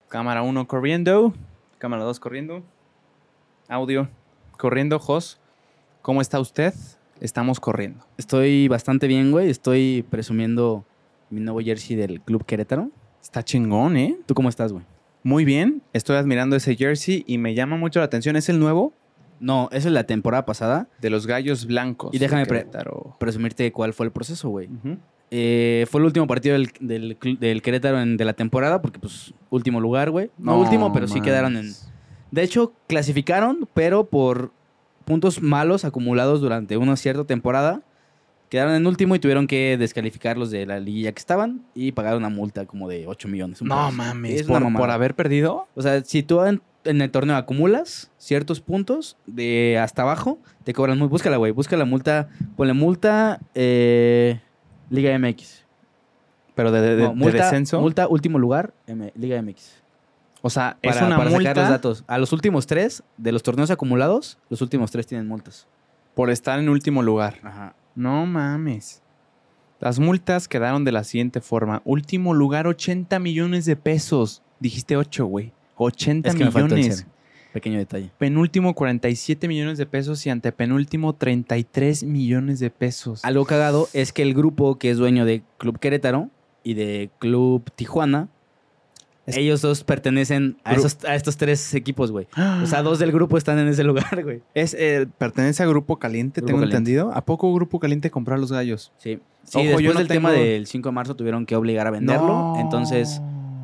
Cámara 1 corriendo. Cámara 2 corriendo. Audio corriendo. Jos, ¿cómo está usted? Estamos corriendo. Estoy bastante bien, güey. Estoy presumiendo mi nuevo jersey del Club Querétaro. Está chingón, ¿eh? ¿Tú cómo estás, güey? Muy bien. Estoy admirando ese jersey y me llama mucho la atención. ¿Es el nuevo? No, esa es la temporada pasada. De los Gallos Blancos. Y déjame de Querétaro. presumirte cuál fue el proceso, güey. Ujú. Fue el último partido del Querétaro de la temporada, porque pues último lugar, güey. No, No último, pero sí mames. quedaron en... De hecho, clasificaron, pero por puntos malos acumulados durante una cierta temporada, quedaron en último y tuvieron que descalificarlos de la liguilla que estaban y pagar una multa como de 8 millones. No pedazo. mames. Es una mamada. ¿Por haber perdido? O sea, si tú en el torneo acumulas ciertos puntos de hasta abajo, te cobran muy... Búscala, güey. Busca la multa. Ponle multa Liga MX. Pero de No, multa, descenso. Multa último lugar, Liga MX. O sea, es Para una sacar multa los datos. A los últimos 3 de los torneos acumulados, los últimos 3 tienen multas. por estar en último lugar. Ajá. No mames. Las multas quedaron de la siguiente forma. Último lugar, 80 millones de pesos. Dijiste 8, güey. 80 Es que me faltó el millones. cero. Pequeño detalle. Penúltimo, 47 millones de pesos. Y antepenúltimo, 33 millones de pesos. Algo cagado es que el grupo que es dueño de Club Querétaro y de Club Tijuana, ellos dos pertenecen a estos 3 equipos, güey. O sea, 2 del grupo están en ese lugar, güey. Pertenece a Grupo Caliente, Grupo tengo Caliente. entendido. ¿A poco Grupo Caliente compró a los Gallos? Sí. Sí, Ojo, después yo no del tema tengo- del 5 de marzo tuvieron que obligar a venderlo. No. Entonces,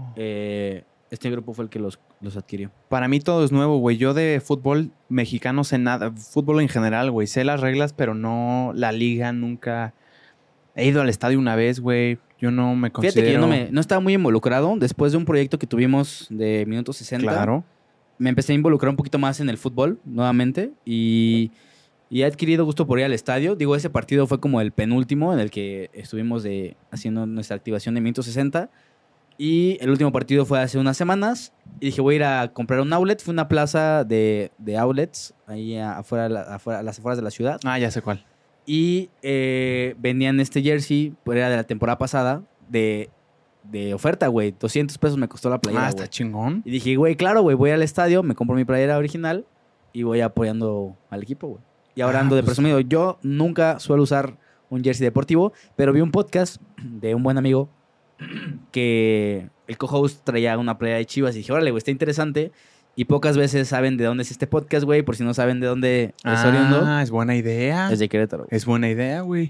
este grupo fue el que los adquirió. Para mí todo es nuevo, güey. Yo de fútbol mexicano sé nada. Fútbol en general, güey. Sé las reglas, pero no la liga, nunca. He ido al estadio una vez, güey. Yo no me considero... Fíjate que yo no estaba muy involucrado. Después de un proyecto que tuvimos de Minuto 60, Claro. me empecé a involucrar un poquito más en el fútbol nuevamente y he adquirido gusto por ir al estadio. Digo, ese partido fue como el penúltimo en el que estuvimos haciendo nuestra activación de Minuto 60 y el último partido fue hace unas semanas y dije, voy a ir a comprar un outlet. Fue una plaza de outlets ahí afuera, a las afueras de la ciudad. Ah, ya sé cuál. Y vendían este jersey, pues era de la temporada pasada, de oferta, güey. 200 pesos me costó la playera, Está güey. chingón. Y dije, güey, claro, güey, voy al estadio, me compro mi playera original y voy apoyando al equipo, güey. Y ahora ando de pues- presumido. Yo nunca suelo usar un jersey deportivo, pero vi un podcast de un buen amigo que el co-host traía una playera de Chivas y dije, órale, güey, está interesante. Y pocas veces saben de dónde es este podcast, güey, por si no saben de dónde es oriundo. Es buena idea. Es de Querétaro. Es buena idea, güey.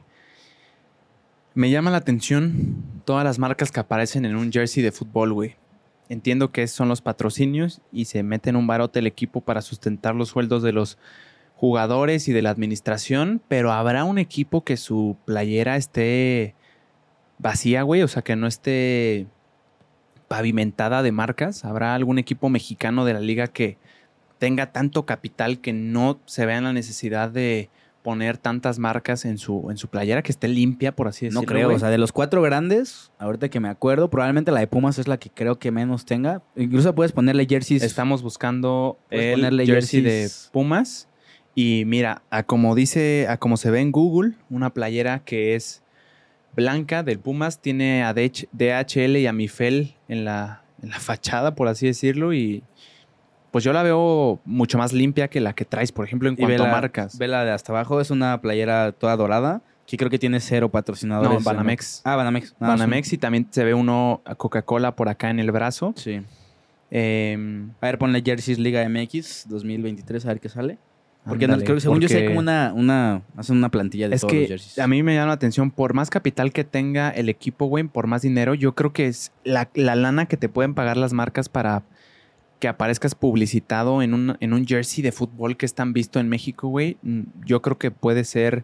Me llama la atención todas las marcas que aparecen en un jersey de fútbol, güey. Entiendo que son los patrocinios y se meten un barote el equipo para sustentar los sueldos de los jugadores y de la administración, pero ¿habrá un equipo que su playera esté vacía, güey? O sea, que no esté pavimentada de marcas. ¿Habrá algún equipo mexicano de la liga que tenga tanto capital que no se vea en la necesidad de poner tantas marcas en su playera, que esté limpia, por así decirlo? No creo, güey? o sea, de los 4 grandes, ahorita que me acuerdo, probablemente la de Pumas es la que creo que menos tenga. Incluso puedes ponerle jerseys. Estamos buscando Puedes el ponerle jersey de jerseys. Pumas. Y mira, a como se ve en Google, una playera que es blanca del Pumas tiene a DHL y a Mifel en la fachada, por así decirlo. Y pues yo la veo mucho más limpia que la que traes, por ejemplo, en Y cuanto a marcas. Ve la de hasta abajo, es una playera toda dorada, que creo que tiene 0 patrocinadores. No, Banamex. Banamex. Banamex, y también se ve uno a Coca-Cola por acá en el brazo. Sí. Eh, A ver, ponle jerseys Liga MX 2023, a ver qué sale. Porque ándale, creo que según yo sé porque- como hacen una plantilla de Es todos los que jerseys. a mí me llama la atención, por más capital que tenga el equipo, güey, por más dinero, yo creo que es la lana que te pueden pagar las marcas para que aparezcas publicitado en un jersey de fútbol que es tan visto en México, güey. Yo creo que puede ser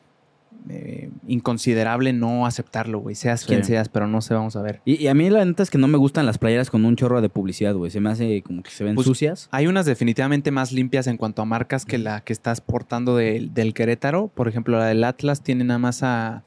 inconsiderable no aceptarlo, güey. Seas Sí. quien seas, pero no sé, vamos a ver. Y a mí la neta es que no me gustan las playeras con un chorro de publicidad, güey. Se me hace como que se ven Pues, sucias. Hay unas definitivamente más limpias en cuanto a marcas que la que estás portando del Querétaro. Por ejemplo, la del Atlas tiene nada más a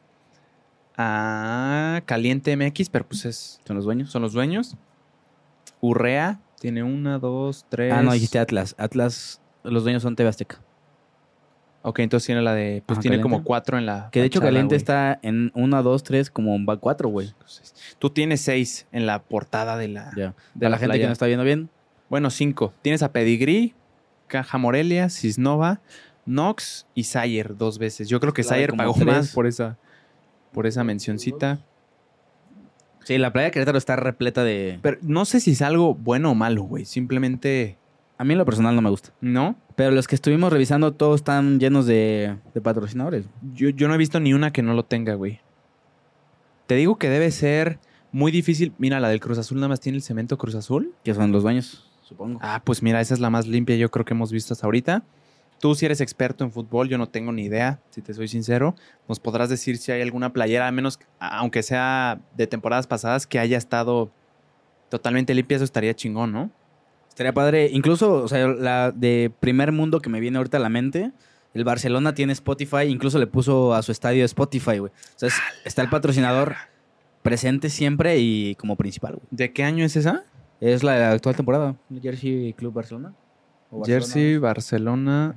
Caliente MX, pero pues Son los dueños. son los dueños. Urrea tiene 1, 2, 3. Ah, no, dijiste Atlas. Atlas, los dueños son TV Azteca. Ok, entonces tiene la de... Pues Ajá, tiene Caliente. como 4 en la Que de hecho fachada, Caliente güey. está en 1, 2, 3, como va 4, güey. Tú tienes 6 en la portada de la, Ya. de A la la gente playa. que no está viendo bien, Bueno, 5. Tienes a Pedigree, Caja Morelia, Cisnova, Nox y Sayer 2 veces. Yo creo que Claro, hay Sayer como pagó 3. más por esa mencioncita. sí, la playa de Querétaro está repleta de... Pero no sé si es algo bueno o malo, güey. Simplemente, A mí en lo personal no me gusta. ¿no? Pero los que estuvimos revisando todos están llenos de patrocinadores. Yo no he visto ni una que no lo tenga, güey. Te digo que debe ser muy difícil. Mira, la del Cruz Azul nada más tiene el cemento Cruz Azul. Que son los dueños, supongo. Ah, pues mira, esa es la más limpia yo creo que hemos visto hasta ahorita. Tú si eres experto en fútbol, yo no tengo ni idea, si te soy sincero. Nos podrás decir si hay alguna playera, al menos aunque sea de temporadas pasadas, que haya estado totalmente limpia, eso estaría chingón, ¿no? Estaría padre. Incluso, o sea, la de primer mundo que me viene ahorita a la mente, el Barcelona tiene Spotify, incluso le puso a su estadio Spotify, güey. O sea, está el patrocinador presente siempre y como principal, güey. ¿De qué año es esa? Es la actual temporada, el Jersey Club Barcelona. O Barcelona. Jersey, Barcelona,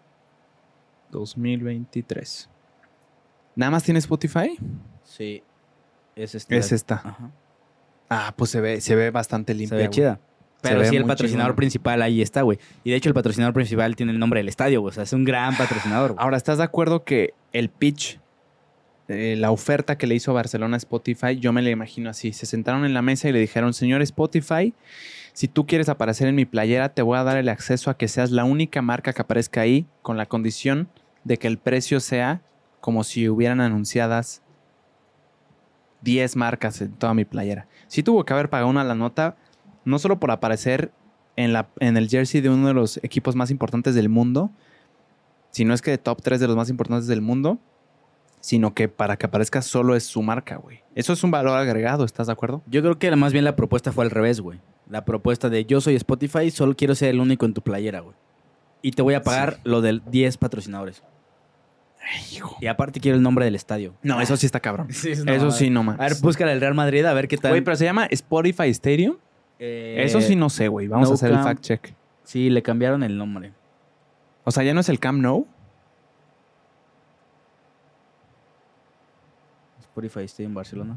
2023. ¿Nada más tiene Spotify? Sí, es Es esta. Ajá. Ah, pues se ve bastante limpia. Se ve güey. chida. Pero ve sí, el muy patrocinador chingón. principal ahí está, güey. Y de hecho, el patrocinador principal tiene el nombre del estadio, güey. O sea, es un gran patrocinador, güey. Ahora, ¿estás de acuerdo que el pitch, la oferta que le hizo Barcelona a Spotify, yo me la imagino así? Se sentaron en la mesa y le dijeron, señor Spotify, si tú quieres aparecer en mi playera, te voy a dar el acceso a que seas la única marca que aparezca ahí, con la condición de que el precio sea como si hubieran anunciadas 10 marcas en toda mi playera. Sí tuvo que haber pagado una la nota, no solo por aparecer en el jersey de uno de los equipos más importantes del mundo, sino es que de top 3 de los más importantes del mundo, sino que para que aparezca solo es su marca, güey. Eso es un valor agregado, ¿estás de acuerdo? Yo creo que más bien la propuesta fue al revés, güey. La propuesta de yo soy Spotify, solo quiero ser el único en tu playera, güey. Y te voy a pagar lo del 10 patrocinadores. Hijo. Y aparte quiero el nombre del estadio. No, eso sí está cabrón. Sí, es Eso sí, no más. A ver, búscala el Real Madrid, a ver qué tal. Güey, pero se llama Spotify Stadium. Eso sí no sé, güey. Vamos a No hacer el Camp. fact check. Sí, le cambiaron el nombre. O sea, ya no es el Camp Nou. Spotify Stadium en Barcelona.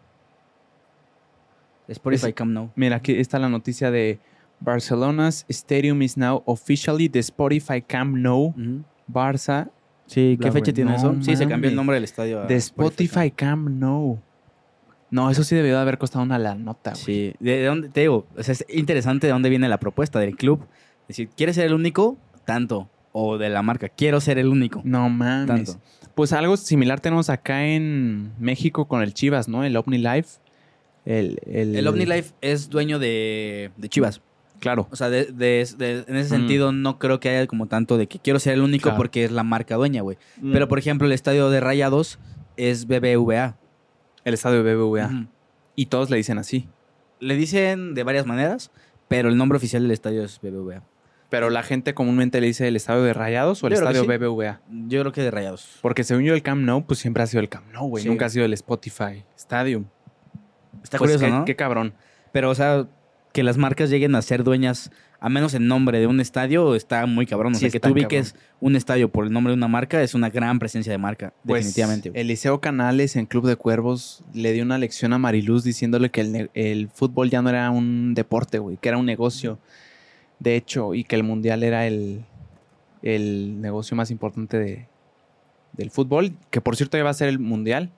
Spotify Camp Nou. Mira, aquí está la noticia de Barcelona's Stadium is now officially the Spotify Camp Nou. Ujú. Barça. Sí, ¿qué La fecha güey, tiene no eso? Sí, se cambió mames. el nombre del estadio. a De Spotify Camp Nou. No, eso sí debió de haber costado una la nota, güey. Sí, ¿de dónde? Te digo, o sea, es interesante de dónde viene la propuesta del club. Es decir, ¿quieres ser el único? Tanto. O de la marca, quiero ser el único. No mames. Tanto. Pues algo similar tenemos acá en México con el Chivas, ¿no? El OmniLife. El OmniLife es dueño de Chivas. Claro. O sea, en ese sentido no creo que haya como tanto de que quiero ser el único Claro. porque es la marca dueña, güey. Pero, por ejemplo, el estadio de Rayados es BBVA. El estadio de BBVA. Ujú. Y todos le dicen así. Le dicen de varias maneras, pero el nombre oficial del estadio es BBVA. Pero la gente comúnmente le dice el estadio de Rayados o el Yo creo que estadio sí. BBVA. Yo creo que de Rayados. Porque según yo el Camp Nou, pues siempre ha sido el Camp Nou, güey. Sí. Nunca ha sido el Spotify Stadium. Está Pues curioso, qué, ¿no? qué cabrón. Pero, o sea, que las marcas lleguen a ser dueñas, a menos en nombre de un estadio, está muy cabrón. O Sí, sea, que está tú ubiques un estadio por el nombre de una marca es una gran presencia de marca, Pues, definitivamente. güey. Eliseo Canales en Club de Cuervos le dio una lección a Mariluz diciéndole que el fútbol ya no era un deporte, güey, que era un negocio. De hecho, y que el mundial era el negocio más importante del fútbol. Que por cierto ya va a ser el mundial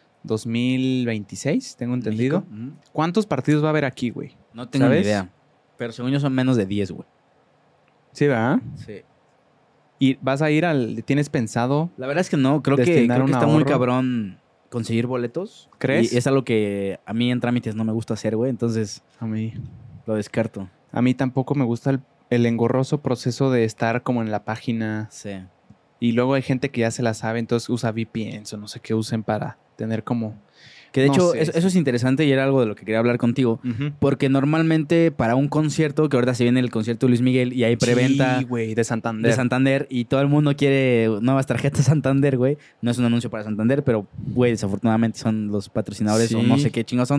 2026, tengo entendido. México, ujú. ¿Cuántos partidos va a haber aquí, güey? No tengo ni ¿Sabes? idea. Pero según yo son menos de 10, güey. Sí, ¿verdad? Sí. ¿Y vas a ir tienes pensado? La verdad es que no, creo que Destinar un está muy ahorro. cabrón conseguir boletos. ¿Crees? Y es algo que a mí en trámites no me gusta hacer, güey. Entonces A mí. lo descarto. A mí tampoco me gusta el engorroso proceso de estar como en la página. Sí. Y luego hay gente que ya se la sabe, entonces usa VPNs o no sé qué usen para tener como... Que de No hecho, sé, eso es interesante y era algo de lo que quería hablar contigo. Ujú. Porque normalmente para un concierto, que ahorita se viene el concierto de Luis Miguel y hay preventa Sí, güey, de Santander. de Santander y todo el mundo quiere nuevas tarjetas Santander, güey. No es un anuncio para Santander, pero, güey, desafortunadamente son los patrocinadores Sí. o no sé qué chingos son.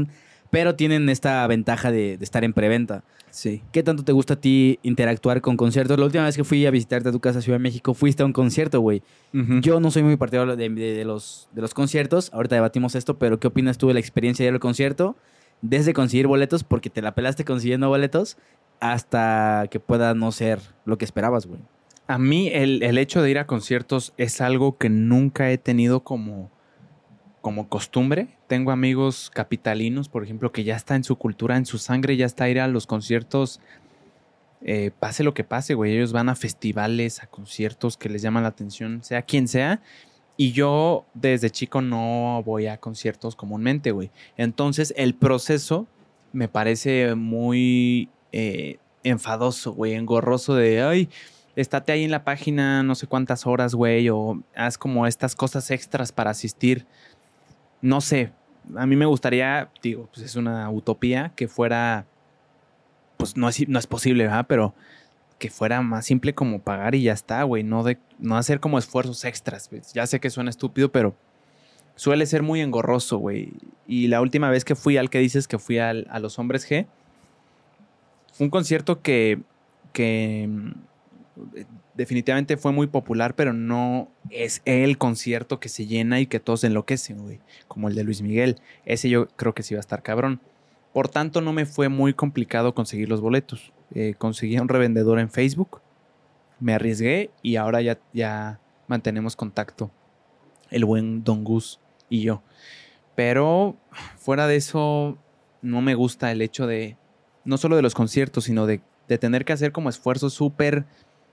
pero tienen esta ventaja de estar en preventa. Sí. ¿Qué tanto te gusta a ti interactuar con conciertos? La última vez que fui a visitarte a tu casa, Ciudad de México, fuiste a un concierto, güey. Ujú. Yo no soy muy partidario de los conciertos. Ahorita debatimos esto, pero ¿qué opinas tú de la experiencia de ir al concierto? Desde conseguir boletos, porque te la pelaste consiguiendo boletos, hasta que pueda no ser lo que esperabas, güey. A mí el hecho de ir a conciertos es algo que nunca he tenido como costumbre. Tengo amigos capitalinos, por ejemplo, que ya está en su cultura, en su sangre, ya está ir a los conciertos, pase lo que pase, güey. Ellos van a festivales, a conciertos que les llaman la atención, sea quien sea. Y yo desde chico no voy a conciertos comúnmente, güey. Entonces el proceso me parece muy enfadoso, güey, engorroso de, ay, estate ahí en la página no sé cuántas horas, güey, o haz como estas cosas extras para asistir. No sé, a mí me gustaría, digo, pues es una utopía que fuera, pues no es posible, ¿verdad? Pero que fuera más simple como pagar y ya está, güey, no hacer como esfuerzos extras, güey. Ya sé que suena estúpido, pero suele ser muy engorroso, güey. Y la última vez que fui al que dices que fui a los Hombres G, fue un concierto que definitivamente fue muy popular, pero no es el concierto que se llena y que todos enloquecen, güey. Como el de Luis Miguel. Ese yo creo que sí va a estar cabrón. Por tanto, no me fue muy complicado conseguir los boletos. Conseguí a un revendedor en Facebook, me arriesgué y ahora ya mantenemos contacto. El buen Don Gus y yo. Pero fuera de eso, no me gusta el hecho de, no solo de los conciertos, sino de tener que hacer como esfuerzos súper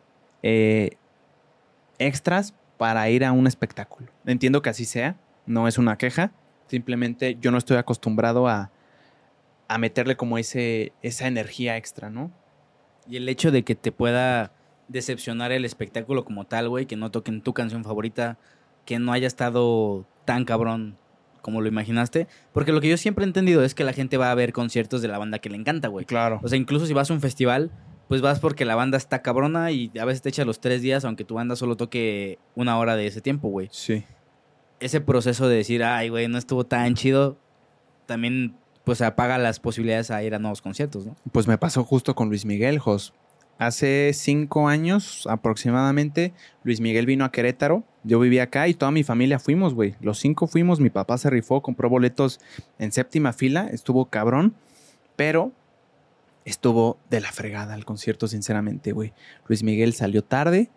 extras para ir a un espectáculo. Entiendo que así sea, no es una queja. Simplemente yo no estoy acostumbrado a meterle como esa energía extra, ¿no? Y el hecho de que te pueda decepcionar el espectáculo como tal, güey, que no toquen tu canción favorita, que no haya estado tan cabrón como lo imaginaste. Porque lo que yo siempre he entendido es que la gente va a ver conciertos de la banda que le encanta, güey. Claro. O sea, incluso si vas a un festival, pues vas porque la banda está cabrona y a veces te echa los 3 días, aunque tu banda solo toque 1 hora de ese tiempo, güey. Sí. Ese proceso de decir, ay, güey, no estuvo tan chido, también pues apaga las posibilidades a ir a nuevos conciertos, ¿no? Pues me pasó justo con Luis Miguel, Jos. Hace 5 años aproximadamente, Luis Miguel vino a Querétaro. Yo vivía acá y toda mi familia fuimos, güey. Los 5 fuimos, mi papá se rifó, compró boletos en séptima fila, estuvo cabrón, pero estuvo de la fregada el concierto, sinceramente, güey. Luis Miguel salió tarde,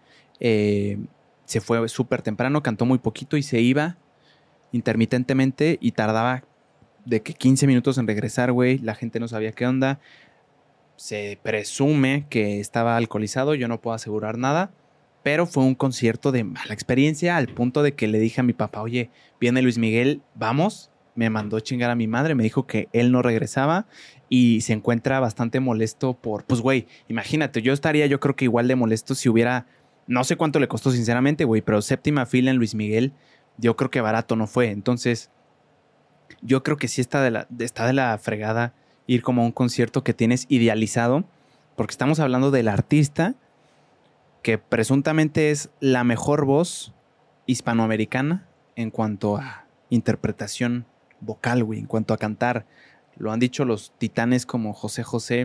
se fue súper temprano, cantó muy poquito y se iba intermitentemente y tardaba de que 15 minutos en regresar, güey. La gente no sabía qué onda. Se presume que estaba alcoholizado, yo no puedo asegurar nada, pero fue un concierto de mala experiencia al punto de que le dije a mi papá, oye, viene Luis Miguel, vamos. Me mandó chingar a mi madre, me dijo que él no regresaba y se encuentra bastante molesto pues güey, imagínate, yo creo que igual de molesto si hubiera, no sé cuánto le costó sinceramente, güey, pero séptima fila en Luis Miguel, yo creo que barato no fue. Entonces, yo creo que sí está de la fregada ir como a un concierto que tienes idealizado, porque estamos hablando del artista que presuntamente es la mejor voz hispanoamericana en cuanto a interpretación vocal, güey, en cuanto a cantar. Lo han dicho los titanes como José José,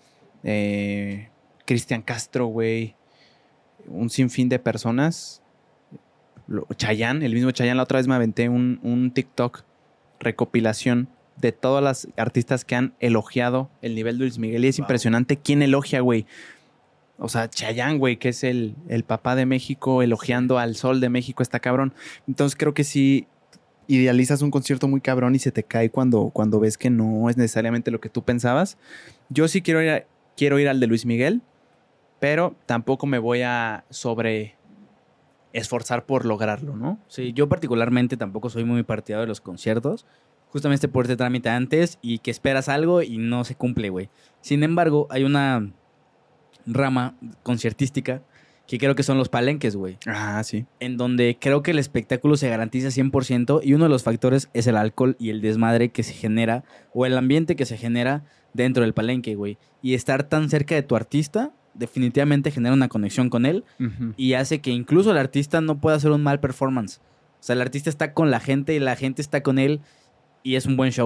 Cristian Castro, güey, un sinfín de personas. Chayanne, el mismo Chayanne, la otra vez me aventé un TikTok recopilación de todas las artistas que han elogiado el nivel de Luis Miguel y es impresionante quién elogia, güey. O sea, Chayanne, güey, que es el papá de México, elogiando al sol de México, está cabrón. Entonces creo que sí idealizas un concierto muy cabrón y se te cae cuando ves que no es necesariamente lo que tú pensabas. Yo sí quiero ir al de Luis Miguel, pero tampoco me voy a esforzar por lograrlo, ¿no? Sí, yo particularmente tampoco soy muy partidario de los conciertos. Justamente por este trámite antes y que esperas algo y no se cumple, güey. Sin embargo, hay una rama conciertística que creo que son los palenques, güey. Ah, sí. En donde creo que el espectáculo se garantiza 100% y uno de los factores es el alcohol y el desmadre que se genera o el ambiente que se genera dentro del palenque, güey. Y estar tan cerca de tu artista definitivamente genera una conexión con él y hace que incluso el artista no pueda hacer un mal performance. O sea, el artista está con la gente y la gente está con él y es un buen show.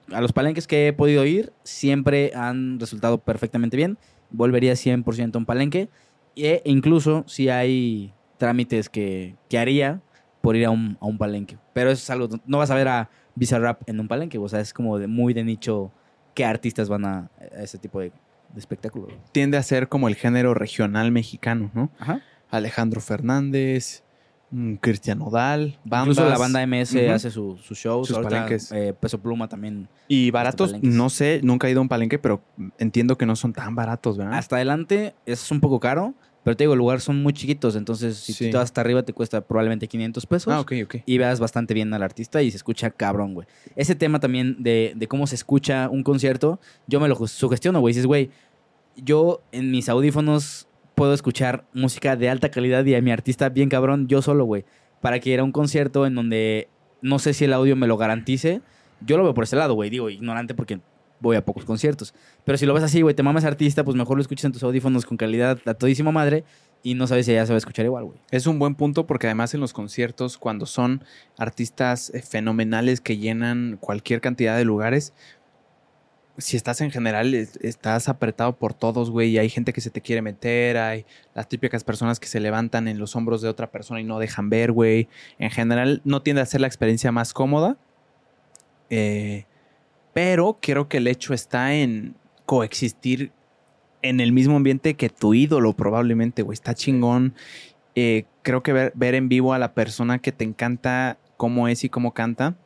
a los palenques que he podido ir, siempre han resultado perfectamente bien. Volvería 100% a un palenque. E incluso si hay trámites que haría por ir a un palenque. Pero eso es algo, no vas a ver a Bizarrap en un palenque. O sea, es como muy de nicho qué artistas van a ese tipo de espectáculo. Tiende a ser como el género regional mexicano, ¿no? Ajá. Alejandro Fernández, Cristian Nodal, bandas. Incluso la banda MS hace sus shows. Sus Ahorita, palenques. Peso Pluma también. Y baratos, palenques. no sé, nunca he ido a un palenque, pero entiendo que no son tan baratos, ¿verdad? Hasta adelante es un poco caro, pero te digo, el lugar son muy chiquitos, entonces si Sí. tú te vas hasta arriba te cuesta probablemente 500 pesos. Ah, ok. Y veas bastante bien al artista y se escucha cabrón, güey. Ese tema también de cómo se escucha un concierto, yo me lo sugestiono, güey. Dices, güey, yo en mis audífonos puedo escuchar música de alta calidad y a mi artista bien cabrón yo solo, güey. Para que ir a un concierto en donde no sé si el audio me lo garantice, yo lo veo por ese lado, güey. Digo, ignorante porque voy a pocos conciertos. Pero si lo ves así, güey, te mamas artista, pues mejor lo escuchas en tus audífonos con calidad a todísima madre y no sabes si ya se va a escuchar igual, güey. Es un buen punto porque además en los conciertos, cuando son artistas fenomenales que llenan cualquier cantidad de lugares, si estás en general, estás apretado por todos, güey, y hay gente que se te quiere meter, hay las típicas personas que se levantan en los hombros de otra persona y no dejan ver, güey. En general, no tiende a ser la experiencia más cómoda, pero creo que el hecho está en coexistir en el mismo ambiente que tu ídolo, probablemente, güey. Está chingón. Creo que ver en vivo a la persona que te encanta cómo es y cómo canta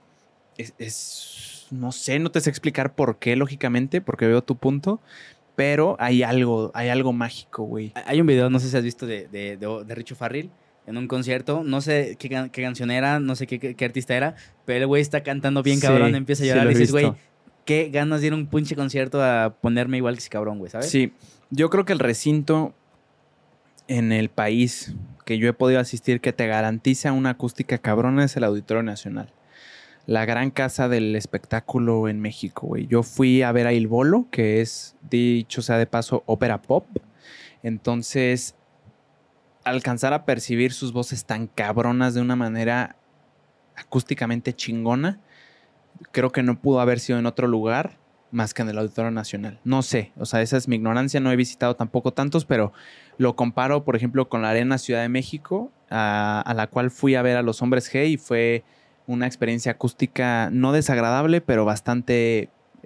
no sé, no te sé explicar por qué, lógicamente, porque veo tu punto, pero hay algo mágico, güey. Hay un video, no sé si has visto, de Richo Farrell en un concierto. No sé qué canción era, no sé qué artista era, pero el güey está cantando bien cabrón, empieza a llorar y dices, güey, qué ganas de ir a un pinche concierto a ponerme igual que ese cabrón, güey, ¿sabes? Sí, yo creo que el recinto en el país que yo he podido asistir que te garantiza una acústica cabrona es el Auditorio Nacional. La gran casa del espectáculo en México, güey. Yo fui a ver a Il Bolo, que es, dicho sea de paso, ópera pop. Entonces, alcanzar a percibir sus voces tan cabronas de una manera acústicamente chingona, creo que no pudo haber sido en otro lugar más que en el Auditorio Nacional. No sé, o sea, esa es mi ignorancia. No he visitado tampoco tantos, pero lo comparo, por ejemplo, con la Arena Ciudad de México, a la cual fui a ver a Los Hombres G y fue una experiencia acústica no desagradable, pero bastante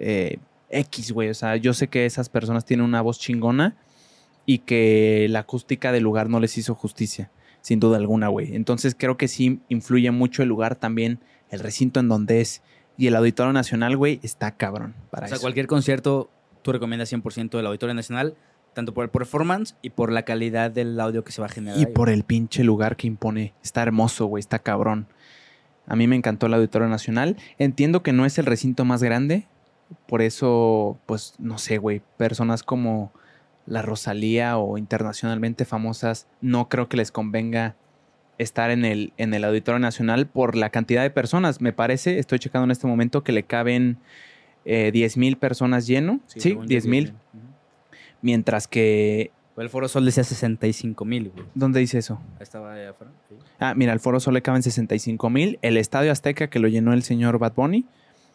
X, güey. O sea, yo sé que esas personas tienen una voz chingona y que la acústica del lugar no les hizo justicia, sin duda alguna, güey. Entonces creo que sí influye mucho el lugar también, el recinto en donde es. Y el Auditorio Nacional, güey, está cabrón para eso. O sea, cualquier concierto, tú recomiendas 100% el Auditorio Nacional, tanto por el performance y por la calidad del audio que se va a generar. Y por el pinche lugar que impone. Está hermoso, güey, está cabrón. A mí me encantó el Auditorio Nacional. Entiendo que no es el recinto más grande. Por eso, pues, no sé, güey. Personas como la Rosalía o internacionalmente famosas, no creo que les convenga estar en el Auditorio Nacional por la cantidad de personas. Me parece, estoy checando en este momento, que le caben 10,000 personas lleno. Sí, 10,000. Mientras que... El Foro Sol decía 65,000, güey. ¿Dónde dice eso? Estaba allá afuera. Sí. Ah, mira, el Foro Sol le caben 65,000. El Estadio Azteca, que lo llenó el señor Bad Bunny,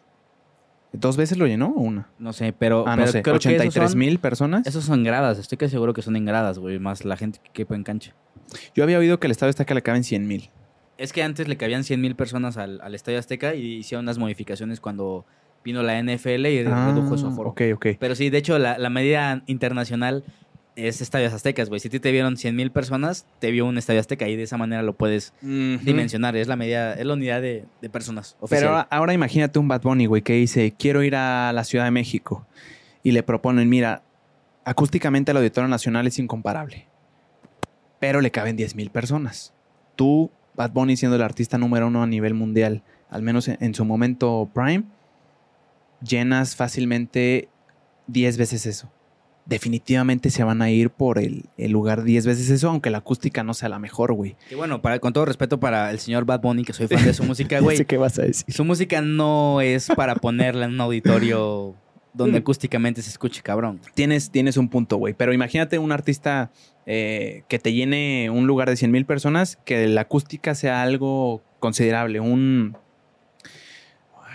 ¿2 veces lo llenó o una? No sé, pero... no sé, creo 83,000 personas. Esos son gradas, estoy casi seguro que son en gradas, güey, más la gente que quepa en cancha. Yo había oído que el Estadio Azteca le caben 100,000. Es que antes le cabían 100,000 personas al Estadio Azteca y hicieron unas modificaciones cuando vino la NFL y redujo su aforo. Ok. Pero sí, de hecho, la medida internacional es Estadios Aztecas, güey. Si a ti te vieron 100,000 personas, te vio un Estadio Azteca y de esa manera lo puedes dimensionar. Es la medida, es la unidad de personas oficial. Pero ahora imagínate un Bad Bunny, güey, que dice, quiero ir a la Ciudad de México. Y le proponen, mira, acústicamente el Auditorio Nacional es incomparable. Pero le caben 10,000 personas. Tú, Bad Bunny, siendo el artista número 1 a nivel mundial, al menos en su momento prime, llenas fácilmente 10 veces eso. Definitivamente se van a ir por el lugar 10 veces eso, aunque la acústica no sea la mejor, güey. Y bueno, con todo respeto para el señor Bad Bunny, que soy fan de su música, güey. sé qué vas a decir. Su música no es para ponerla en un auditorio donde acústicamente se escuche cabrón. Tienes un punto, güey. Pero imagínate un artista que te llene un lugar de 100,000 personas, que la acústica sea algo considerable.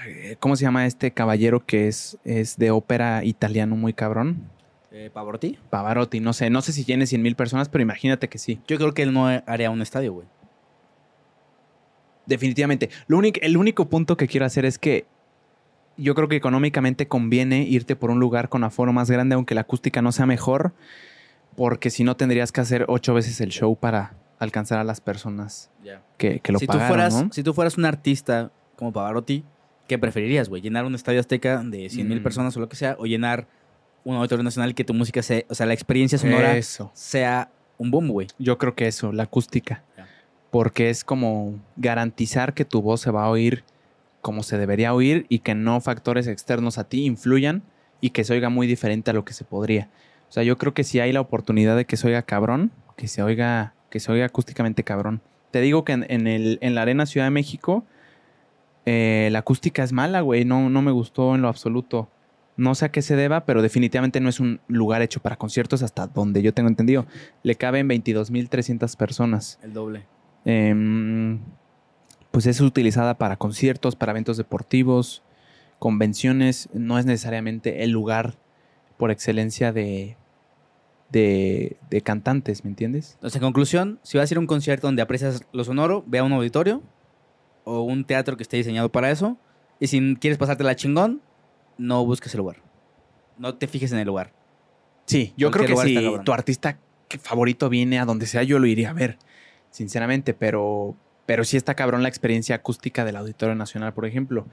¿Cómo se llama este caballero que es de ópera italiano muy cabrón? ¿Pavarotti? Pavarotti, no sé si llene 100,000 personas, pero imagínate que sí. Yo creo que él no haría un estadio, güey. Definitivamente. El único punto que quiero hacer es que yo creo que económicamente conviene irte por un lugar con aforo más grande, aunque la acústica no sea mejor, porque si no tendrías que hacer 8 veces el show para alcanzar a las personas que lo pagaron, ¿no? Si tú fueras un artista como Pavarotti, ¿qué preferirías, güey? ¿Llenar un estadio azteca de 100,000 personas o lo que sea? ¿O llenar un auditorio nacional que tu música sea, o sea, la experiencia sonora sea un boom, güey? Yo creo que eso, la acústica. Ya. Porque es como garantizar que tu voz se va a oír como se debería oír y que no factores externos a ti influyan y que se oiga muy diferente a lo que se podría. O sea, yo creo que si hay la oportunidad de que se oiga cabrón, que se oiga acústicamente cabrón. Te digo que en la Arena Ciudad de México la acústica es mala, güey. No me gustó en lo absoluto. No sé a qué se deba, pero definitivamente no es un lugar hecho para conciertos hasta donde yo tengo entendido. Le caben 22,300 personas. El doble. Pues es utilizada para conciertos, para eventos deportivos, convenciones. No es necesariamente el lugar por excelencia de cantantes, ¿me entiendes? Entonces, en conclusión, si vas a ir a un concierto donde aprecias lo sonoro, ve a un auditorio o un teatro que esté diseñado para eso. Y si quieres pasártela chingón, no busques el lugar. No te fijes en el lugar. Sí, yo creo que si tu artista favorito viene a donde sea, yo lo iría a ver, sinceramente, pero sí está cabrón la experiencia acústica del Auditorio Nacional, por ejemplo.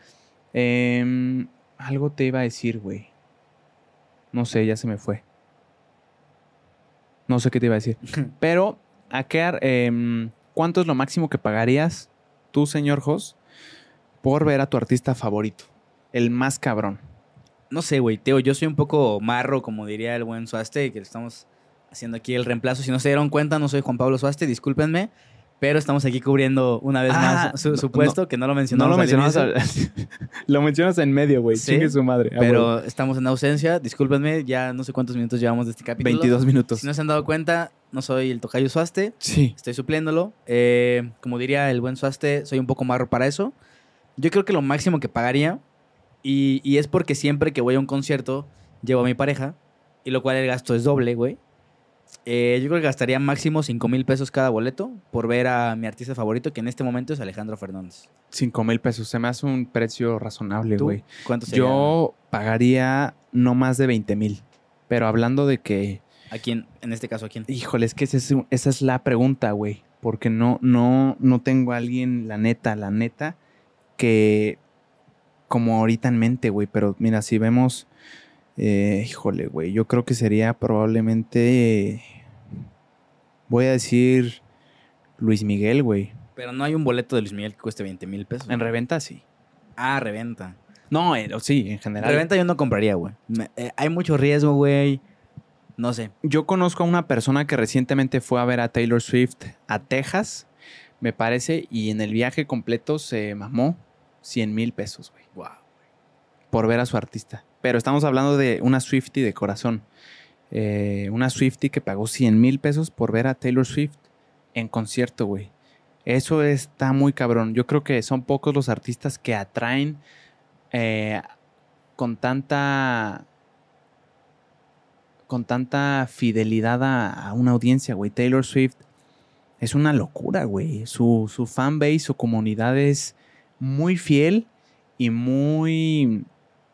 Algo te iba a decir, güey. No sé, ya se me fue. No sé qué te iba a decir. Pero, ¿cuánto es lo máximo que pagarías tú, señor Jos, por ver a tu artista favorito? El más cabrón. No sé, güey. Teo, yo soy un poco marro, como diría el buen Suaste, que estamos haciendo aquí el reemplazo. Si no se dieron cuenta, no soy Juan Pablo Suaste, discúlpenme. Pero estamos aquí cubriendo una vez más su puesto, que no lo mencionamos. No lo mencionas. Lo mencionas en medio, güey. Sí, chingue su madre. Pero estamos en ausencia. Discúlpenme, ya no sé cuántos minutos llevamos de este capítulo. 22 minutos. Si no se han dado cuenta, no soy el tocayo Suaste. Sí. Estoy supliéndolo. Como diría el buen Suaste, soy un poco marro para eso. Yo creo que lo máximo que pagaría, y es porque siempre que voy a un concierto, llevo a mi pareja, y lo cual el gasto es doble, güey. Yo creo que gastaría máximo 5,000 pesos cada boleto por ver a mi artista favorito, que en este momento es Alejandro Fernández. 5,000 pesos. Se me hace un precio razonable, güey. ¿Cuánto sería? Yo pagaría no más de 20,000. Pero hablando de que... ¿A quién? En este caso, ¿a quién? Híjole, es que esa es la pregunta, güey. Porque no tengo a alguien, la neta, que como ahorita en mente, güey. Pero mira, si vemos... híjole, güey. Yo creo que sería probablemente... voy a decir Luis Miguel, güey. Pero no hay un boleto de Luis Miguel que cueste 20,000 pesos. En reventa, sí. Ah, reventa. No, sí, en general. Reventa yo no compraría, güey. Hay mucho riesgo, güey. No sé. Yo conozco a una persona que recientemente fue a ver a Taylor Swift a Texas, me parece, y en el viaje completo se mamó 100,000 pesos, güey. Wow. Por ver a su artista. Pero estamos hablando de una Swiftie de corazón. Una Swiftie que pagó 100,000 pesos por ver a Taylor Swift en concierto, güey. Eso está muy cabrón. Yo creo que son pocos los artistas que atraen con tanta fidelidad a una audiencia, güey. Taylor Swift es una locura, güey. Su fanbase, su comunidad es muy fiel y muy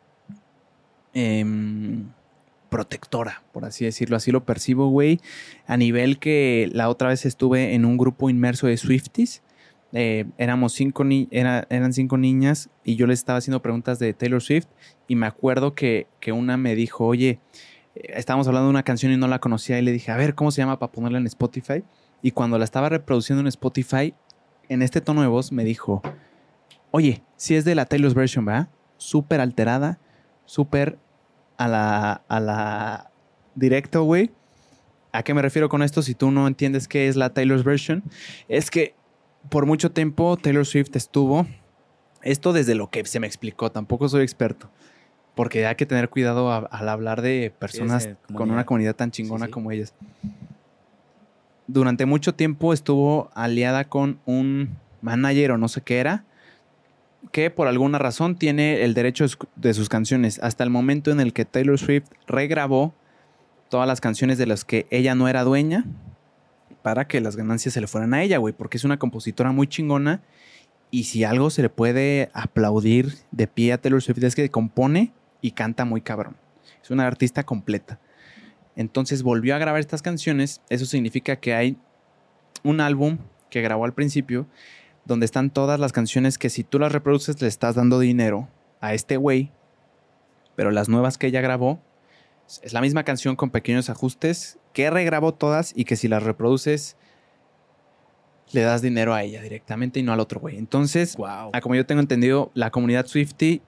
protectora, por así decirlo. Así lo percibo, güey. A nivel que la otra vez estuve en un grupo inmerso de Swifties. Eran 5 niñas y yo les estaba haciendo preguntas de Taylor Swift y me acuerdo que una me dijo, oye, estábamos hablando de una canción y no la conocía y le dije, a ver, ¿cómo se llama para ponerla en Spotify? Y cuando la estaba reproduciendo en Spotify, en este tono de voz me dijo, oye, si es de la Taylor's version, ¿verdad? Súper alterada, súper a la directo, güey. ¿A qué me refiero con esto? Si tú no entiendes qué es la Taylor's version, es que por mucho tiempo Taylor Swift estuvo, esto desde lo que se me explicó, tampoco soy experto, porque hay que tener cuidado al hablar de personas con una comunidad tan chingona como ellas. Durante mucho tiempo estuvo aliada con un manager o no sé qué era, que por alguna razón tiene el derecho de sus canciones hasta el momento en el que Taylor Swift regrabó todas las canciones de las que ella no era dueña para que las ganancias se le fueran a ella, güey, porque es una compositora muy chingona y si algo se le puede aplaudir de pie a Taylor Swift es que compone y canta muy cabrón. Es una artista completa. Entonces volvió a grabar estas canciones. Eso significa que hay un álbum que grabó al principio donde están todas las canciones que si tú las reproduces le estás dando dinero a este güey, pero las nuevas que ella grabó es la misma canción con pequeños ajustes que regrabó todas y que si las reproduces le das dinero a ella directamente y no al otro güey. Entonces, Wow. como yo tengo entendido, la comunidad Swiftie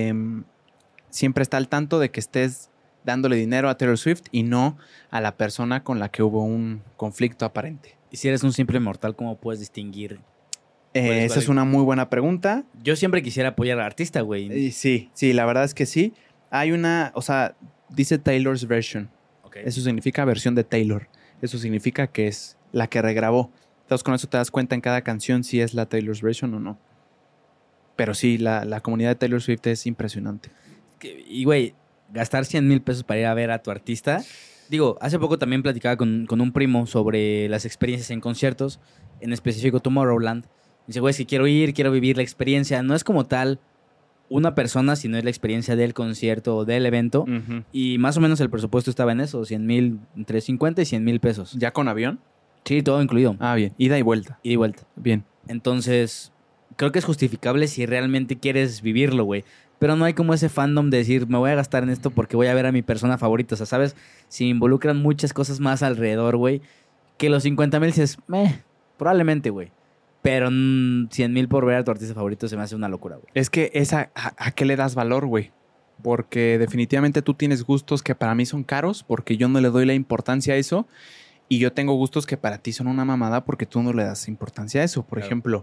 siempre está al tanto de que estés dándole dinero a Taylor Swift y no a la persona con la que hubo un conflicto aparente. Y si eres un simple mortal, ¿cómo puedes distinguir? Pues, Esa es una muy buena pregunta. Yo siempre quisiera apoyar al artista, güey. Y sí, la verdad es que sí. Hay una, o sea, dice Taylor's version. Okay. Eso significa versión de Taylor. Eso significa que es la que regrabó. Entonces con eso te das cuenta en cada canción si es la Taylor's version o no. Pero sí, la comunidad de Taylor Swift es impresionante. Y, güey, gastar 100,000 pesos para ir a ver a tu artista. Digo, hace poco también platicaba con un primo sobre las experiencias en conciertos, en específico Tomorrowland. Dice, güey, es que quiero ir, quiero vivir la experiencia. No es como tal una persona, sino es la experiencia del concierto o del evento. Uh-huh. Y más o menos el presupuesto estaba en eso, 100,000, entre 50 y 100,000 pesos. ¿Ya con avión? Sí, todo incluido. Ah, bien. Ida y vuelta. Ida y vuelta. Bien. Entonces, creo que es justificable si realmente quieres vivirlo, güey. Pero no hay como ese fandom de decir, me voy a gastar en esto porque voy a ver a mi persona favorita. O sea, ¿sabes? Si involucran muchas cosas más alrededor, güey, que los 50,000 dices, probablemente, güey. Pero 100,000 por ver a tu artista favorito se me hace una locura, güey. Es que ¿a qué le das valor, güey? Porque definitivamente tú tienes gustos que para mí son caros porque yo no le doy la importancia a eso. Y yo tengo gustos que para ti son una mamada porque tú no le das importancia a eso. Por ejemplo,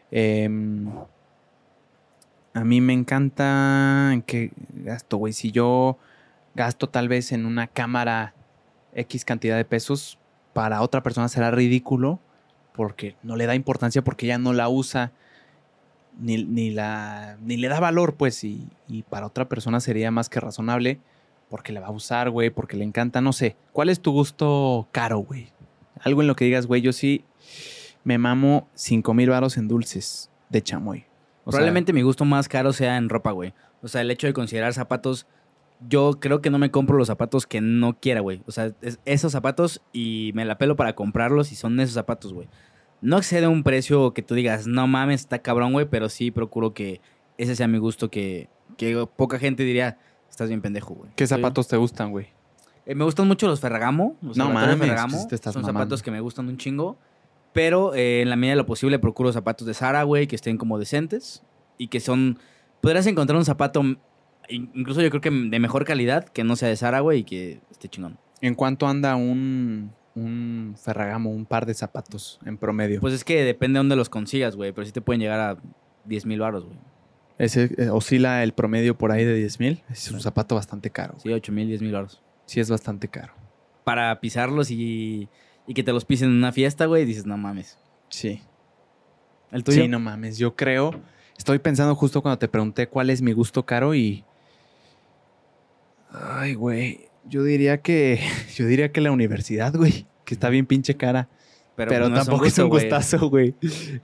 a mí me encanta en qué gasto, güey. Si yo gasto tal vez en una cámara X cantidad de pesos, para otra persona será ridículo porque no le da importancia porque ella no la usa ni le da valor, pues. Y para otra persona sería más que razonable porque le va a usar, güey, porque le encanta, no sé. ¿Cuál es tu gusto caro, güey? Algo en lo que digas, güey, yo sí me mamo 5,000 varos en dulces de chamoy. Probablemente mi gusto más caro sea en ropa, güey. O sea, el hecho de considerar zapatos, yo creo que no me compro los zapatos que no quiera, güey. O sea, esos zapatos y me la pelo para comprarlos y son esos zapatos, güey. No excede un precio que tú digas, no mames, está cabrón, güey, pero sí procuro que ese sea mi gusto que poca gente diría, estás bien pendejo, güey. ¿Qué zapatos te gustan, güey? Me gustan mucho los Ferragamo. Los No mames, Ferragamo. pues te estás Son mamando. zapatos que me gustan un chingo. Pero en la medida de lo posible procuro zapatos de Zara, güey, que estén como decentes. Y que son... Podrás encontrar un zapato, incluso yo creo que de mejor calidad, que no sea de Zara, güey, y que esté chingón. ¿En cuánto anda un Ferragamo, un par de zapatos en promedio? Pues es que depende de dónde los consigas, güey. Pero sí te pueden llegar a 10,000 varos, güey. Ese oscila el promedio por ahí de 10,000. Es un zapato bastante caro. Sí, 8,000, 10,000 varos. Sí, es bastante caro. Para pisarlos y que te los pisen en una fiesta, güey, dices, no mames. Sí. ¿El tuyo? Sí, no mames. Yo creo... Estoy pensando justo cuando te pregunté cuál es mi gusto caro y... Ay, güey. Yo diría que la universidad, güey. Que está bien pinche cara. Pero no tampoco es un güey. gustazo, güey.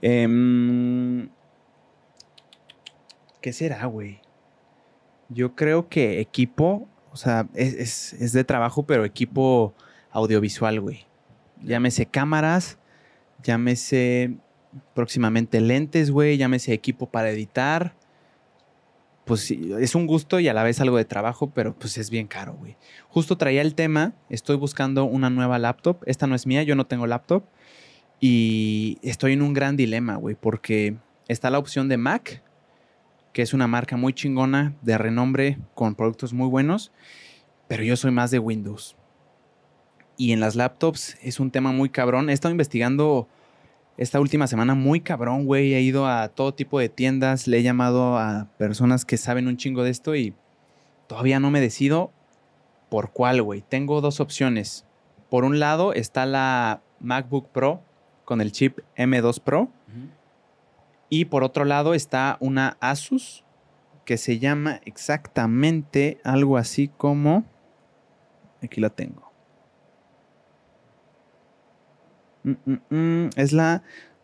¿Qué será, güey? Yo creo que equipo... O sea, es de trabajo, pero equipo audiovisual, güey. Llámese cámaras, llámese próximamente lentes, güey, llámese equipo para editar. Pues sí, es un gusto y a la vez algo de trabajo, pero pues es bien caro, güey. Justo traía el tema, estoy buscando una nueva laptop. Esta no es mía, yo no tengo laptop. Y estoy en un gran dilema, güey, porque está la opción de Mac, que es una marca muy chingona, de renombre, con productos muy buenos, pero yo soy más de Windows. Y en las laptops es un tema muy cabrón. He estado investigando esta última semana muy cabrón, güey. He ido a todo tipo de tiendas, le he llamado a personas que saben un chingo de esto y todavía no me decido por cuál, güey. Tengo dos opciones. Por un lado está la MacBook Pro con el chip M2 Pro. Uh-huh. Y por otro lado está una Asus que se llama exactamente algo así como... Aquí la tengo. Es la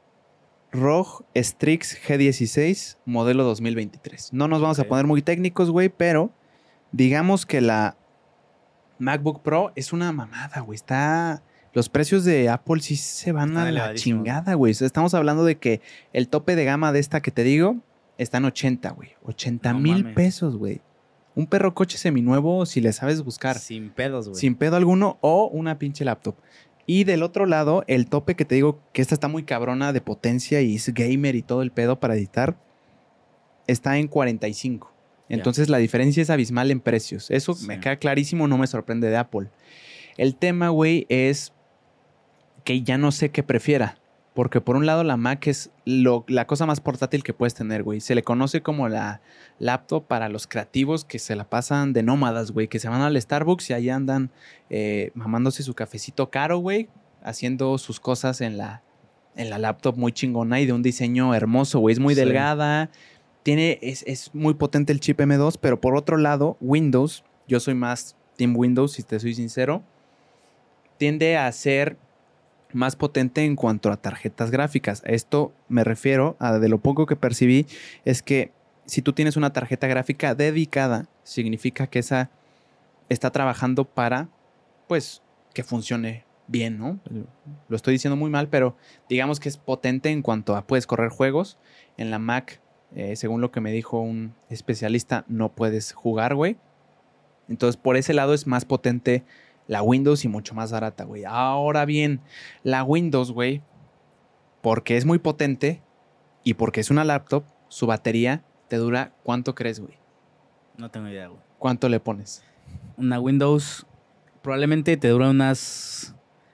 ROG Strix G16 modelo 2023. No nos vamos a poner muy técnicos, güey, pero digamos que la MacBook Pro es una mamada, güey. Los precios de Apple sí se van a la chingada, güey. O sea, estamos hablando de que el tope de gama de esta que te digo está en 80, güey. 80,000 pesos, güey. Un perro coche seminuevo si le sabes buscar. Sin pedos, güey. Sin pedo alguno o una pinche laptop. Y del otro lado, el tope que te digo que esta está muy cabrona de potencia y es gamer y todo el pedo para editar, está en 45. Entonces la diferencia es abismal en precios. Eso me queda clarísimo, no me sorprende de Apple. El tema, güey, es que ya no sé qué prefiera. Porque por un lado la Mac es la cosa más portátil que puedes tener, güey. Se le conoce como la laptop para los creativos que se la pasan de nómadas, güey. Que se van al Starbucks y ahí andan mamándose su cafecito caro, güey. Haciendo sus cosas en la laptop muy chingona y de un diseño hermoso, güey. Es muy delgada. Es muy potente el chip M2, pero por otro lado, Windows, yo soy más Team Windows, si te soy sincero, tiende a ser más potente en cuanto a tarjetas gráficas. Esto me refiero a de lo poco que percibí, es que si tú tienes una tarjeta gráfica dedicada, significa que esa está trabajando para, pues, que funcione bien, ¿no? Lo estoy diciendo muy mal, pero digamos que es potente en cuanto a puedes correr juegos. En la Mac, según lo que me dijo un especialista, no puedes jugar, güey. Entonces, por ese lado es más potente la Windows y mucho más barata, güey. Ahora bien, la Windows, güey, porque es muy potente y porque es una laptop, su batería te dura, ¿cuánto crees, güey? No tengo idea, güey. ¿Cuánto le pones? Una Windows probablemente te dura unas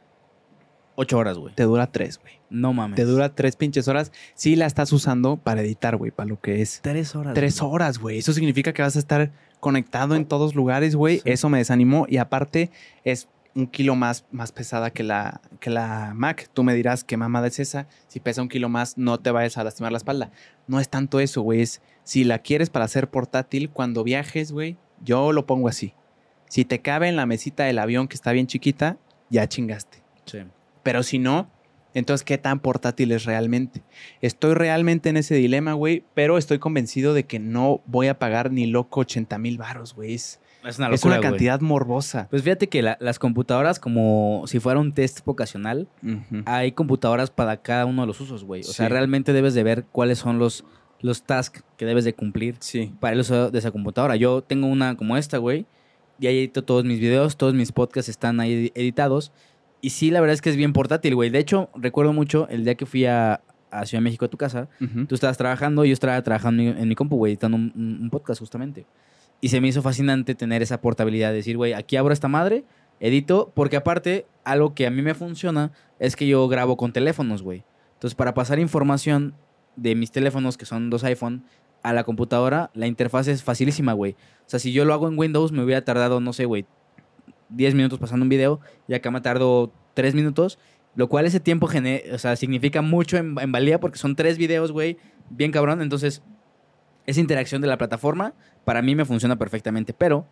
8 horas, güey. Te dura 3, güey. No mames. Te dura 3 pinches horas. Sí la estás usando para editar, güey, para lo que es. 3 horas. 3 horas, güey. Eso significa que vas a estar conectado en todos lugares, güey. Sí. Eso me desanimó. Y aparte es 1 kilo más pesada que la Mac. Tú me dirás qué mamada es esa. Si pesa 1 kilo más, no te vayas a lastimar la espalda. No es tanto eso, güey. Es si la quieres para hacer portátil, cuando viajes, güey, yo lo pongo así. Si te cabe en la mesita del avión que está bien chiquita, ya chingaste. Sí. Pero si no, entonces, ¿qué tan portátil es realmente? Estoy realmente en ese dilema, güey, pero estoy convencido de que no voy a pagar ni loco 80,000 varos, güey. Es una locura, cantidad morbosa. Pues fíjate que las computadoras, como si fuera un test vocacional, hay computadoras para cada uno de los usos, güey. O sea, realmente debes de ver cuáles son los tasks que debes de cumplir para el uso de esa computadora. Yo tengo una como esta, güey, y ahí edito todos mis videos, todos mis podcasts están ahí editados. Y sí, la verdad es que es bien portátil, güey. De hecho, recuerdo mucho el día que fui a Ciudad de México a tu casa. Tú estabas trabajando y yo estaba trabajando en mi compu, güey, editando un podcast justamente. Y se me hizo fascinante tener esa portabilidad de decir, güey, aquí abro esta madre, edito, porque aparte, algo que a mí me funciona es que yo grabo con teléfonos, güey. Entonces, para pasar información de mis teléfonos, que son 2 iPhone, a la computadora, la interfaz es facilísima, güey. O sea, si yo lo hago en Windows, me hubiera tardado, no sé, güey, 10 minutos pasando un video y acá me tardo 3 minutos, lo cual ese tiempo significa mucho en valía porque son 3 videos, güey, bien cabrón. Entonces, esa interacción de la plataforma para mí me funciona perfectamente, pero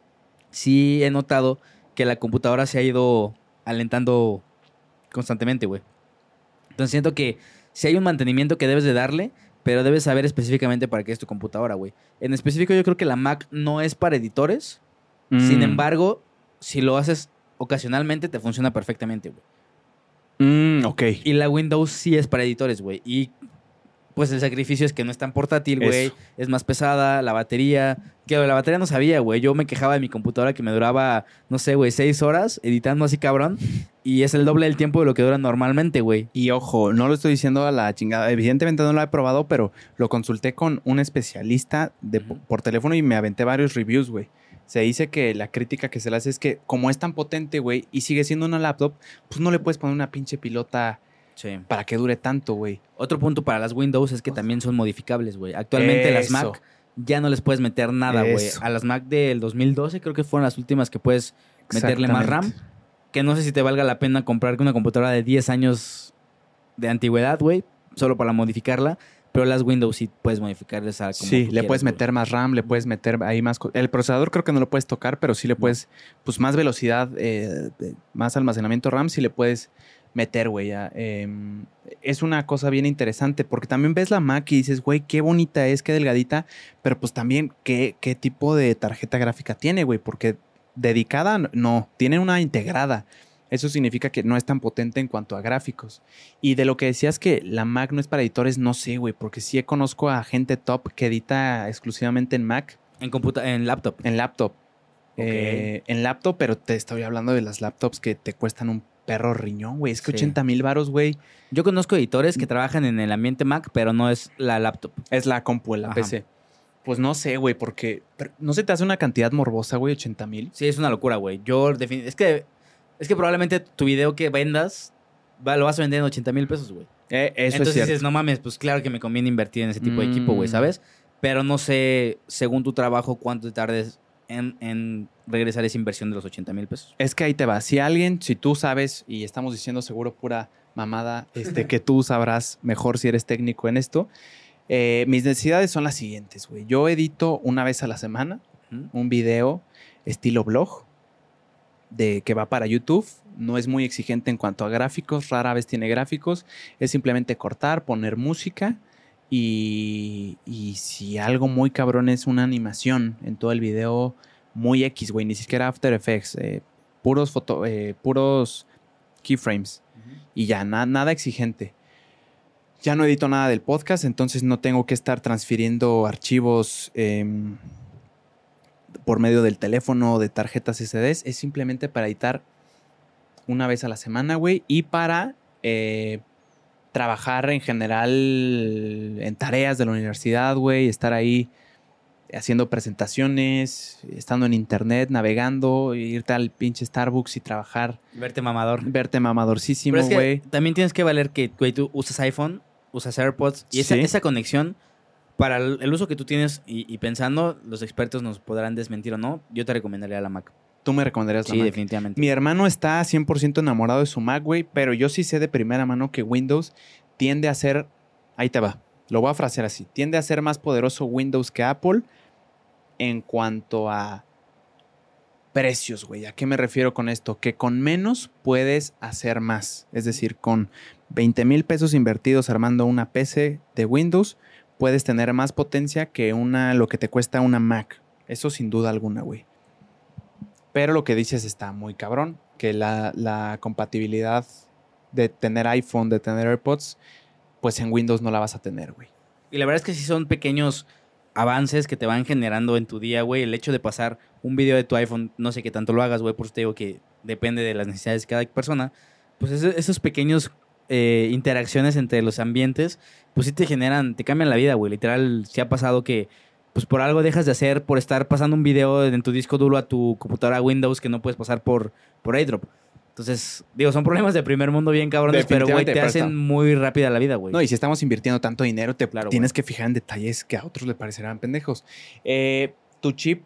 sí he notado que la computadora se ha ido alentando constantemente, güey. Entonces siento que sí hay un mantenimiento que debes de darle, pero debes saber específicamente para qué es tu computadora, güey. En específico yo creo que la Mac no es para editores, sin embargo, si lo haces ocasionalmente, te funciona perfectamente, güey. Ok. Y la Windows sí es para editores, güey. Y pues el sacrificio es que no es tan portátil, güey. Es más pesada, la batería. Que la batería no sabía, güey. Yo me quejaba de mi computadora que me duraba, no sé, güey, 6 horas editando así, cabrón. Y es el doble del tiempo de lo que dura normalmente, güey. Y ojo, no lo estoy diciendo a la chingada. Evidentemente no lo he probado, pero lo consulté con un especialista por teléfono y me aventé varios reviews, güey. Se dice que la crítica que se le hace es que como es tan potente, güey, y sigue siendo una laptop, pues no le puedes poner una pinche pilota para que dure tanto, güey. Otro punto para las Windows es que también son modificables, güey. Actualmente las Mac ya no les puedes meter nada, güey. A las Mac del 2012 creo que fueron las últimas que puedes meterle más RAM. Que no sé si te valga la pena comprar una computadora de 10 años de antigüedad, güey, solo para modificarla. pero las Windows sí puedes modificarles a como Sí, tú le puedes quieras, güey. meter más RAM, le puedes meter ahí más... El procesador creo que no lo puedes tocar, pero sí le puedes... Pues más velocidad, más almacenamiento RAM, sí le puedes meter, güey. Es una cosa bien interesante porque también ves la Mac y dices, güey, qué bonita es, qué delgadita, pero pues también qué tipo de tarjeta gráfica tiene, güey, porque dedicada no, tiene una integrada. Eso significa que no es tan potente en cuanto a gráficos. Y de lo que decías que la Mac no es para editores, no sé, güey, porque sí conozco a gente top que edita exclusivamente en Mac, En laptop. en laptop. Ok. En laptop, pero te estoy hablando de las laptops que te cuestan un perro riñón, güey. Es que Sí. 80,000 varos, güey, Yo conozco editores que trabajan en el ambiente Mac, pero no es la laptop. es la compu, la Ajá. PC. Pues no sé, güey, porque no se te hace una cantidad morbosa, güey, 80,000. Sí, es una locura, güey. Es que probablemente tu video que vendas lo vas a vender en 80,000 pesos, güey. Eso Entonces es cierto. dices, no mames, pues claro que me conviene invertir en ese tipo de equipo, güey, Mm. ¿sabes? Pero no sé, según tu trabajo, cuánto te tardes en regresar esa inversión de los 80,000 pesos. Es que ahí te va. Si tú sabes, y estamos diciendo seguro pura mamada, que tú sabrás mejor si eres técnico en esto. Mis necesidades son las siguientes, güey. Yo edito una vez a la semana Ujú. un video estilo blog que va para YouTube. No es muy exigente en cuanto a gráficos, rara vez tiene gráficos. Es simplemente cortar, poner música y si algo muy cabrón es una animación en todo el video muy X, güey. Ni siquiera After Effects. Puros keyframes y ya, nada exigente. Ya no edito nada del podcast, entonces no tengo que estar transfiriendo archivos por medio del teléfono o de tarjetas SDs. Es simplemente para editar una vez a la semana, güey, y para trabajar en general en tareas de la universidad, güey, estar ahí haciendo presentaciones, estando en internet, navegando, irte al pinche Starbucks y trabajar, Verte mamador. verte mamadorcísimo, Pero es que güey. también tienes que valer que, güey, tú usas iPhone, usas AirPods, y Sí. esa conexión, para el uso que tú tienes y pensando, los expertos nos podrán desmentir o no, yo te recomendaría la Mac. Tú me recomendarías la Sí, Mac. definitivamente. Mi hermano está 100% enamorado de su Mac, güey, pero yo sí sé de primera mano que Windows tiende a ser... Ahí te va. Lo voy a frasear así. Tiende a ser más poderoso Windows que Apple en cuanto a precios, güey. ¿A qué me refiero con esto? Que con menos puedes hacer más. Es decir, con 20,000 pesos invertidos armando una PC de Windows, puedes tener más potencia que lo que te cuesta una Mac. Eso sin duda alguna, güey. Pero lo que dices está muy cabrón, que la compatibilidad de tener iPhone, de tener AirPods, pues en Windows no la vas a tener, güey. Y la verdad es que sí son pequeños avances que te van generando en tu día, güey. El hecho de pasar un video de tu iPhone, no sé qué tanto lo hagas, güey, por eso te digo que depende de las necesidades de cada persona. Pues esos pequeños interacciones entre los ambientes, pues sí te cambian la vida, güey. Literal, sí ha pasado que pues por algo dejas de hacer por estar pasando un video en tu disco duro a tu computadora Windows que no puedes pasar por AirDrop. Entonces, digo, son problemas de primer mundo bien cabrones, pero, güey, te Definitivamente, hacen muy rápida la vida, güey. No, y si estamos invirtiendo tanto dinero, Claro, tienes güey. que fijar en detalles que a otros le parecerán pendejos. ¿Tu chip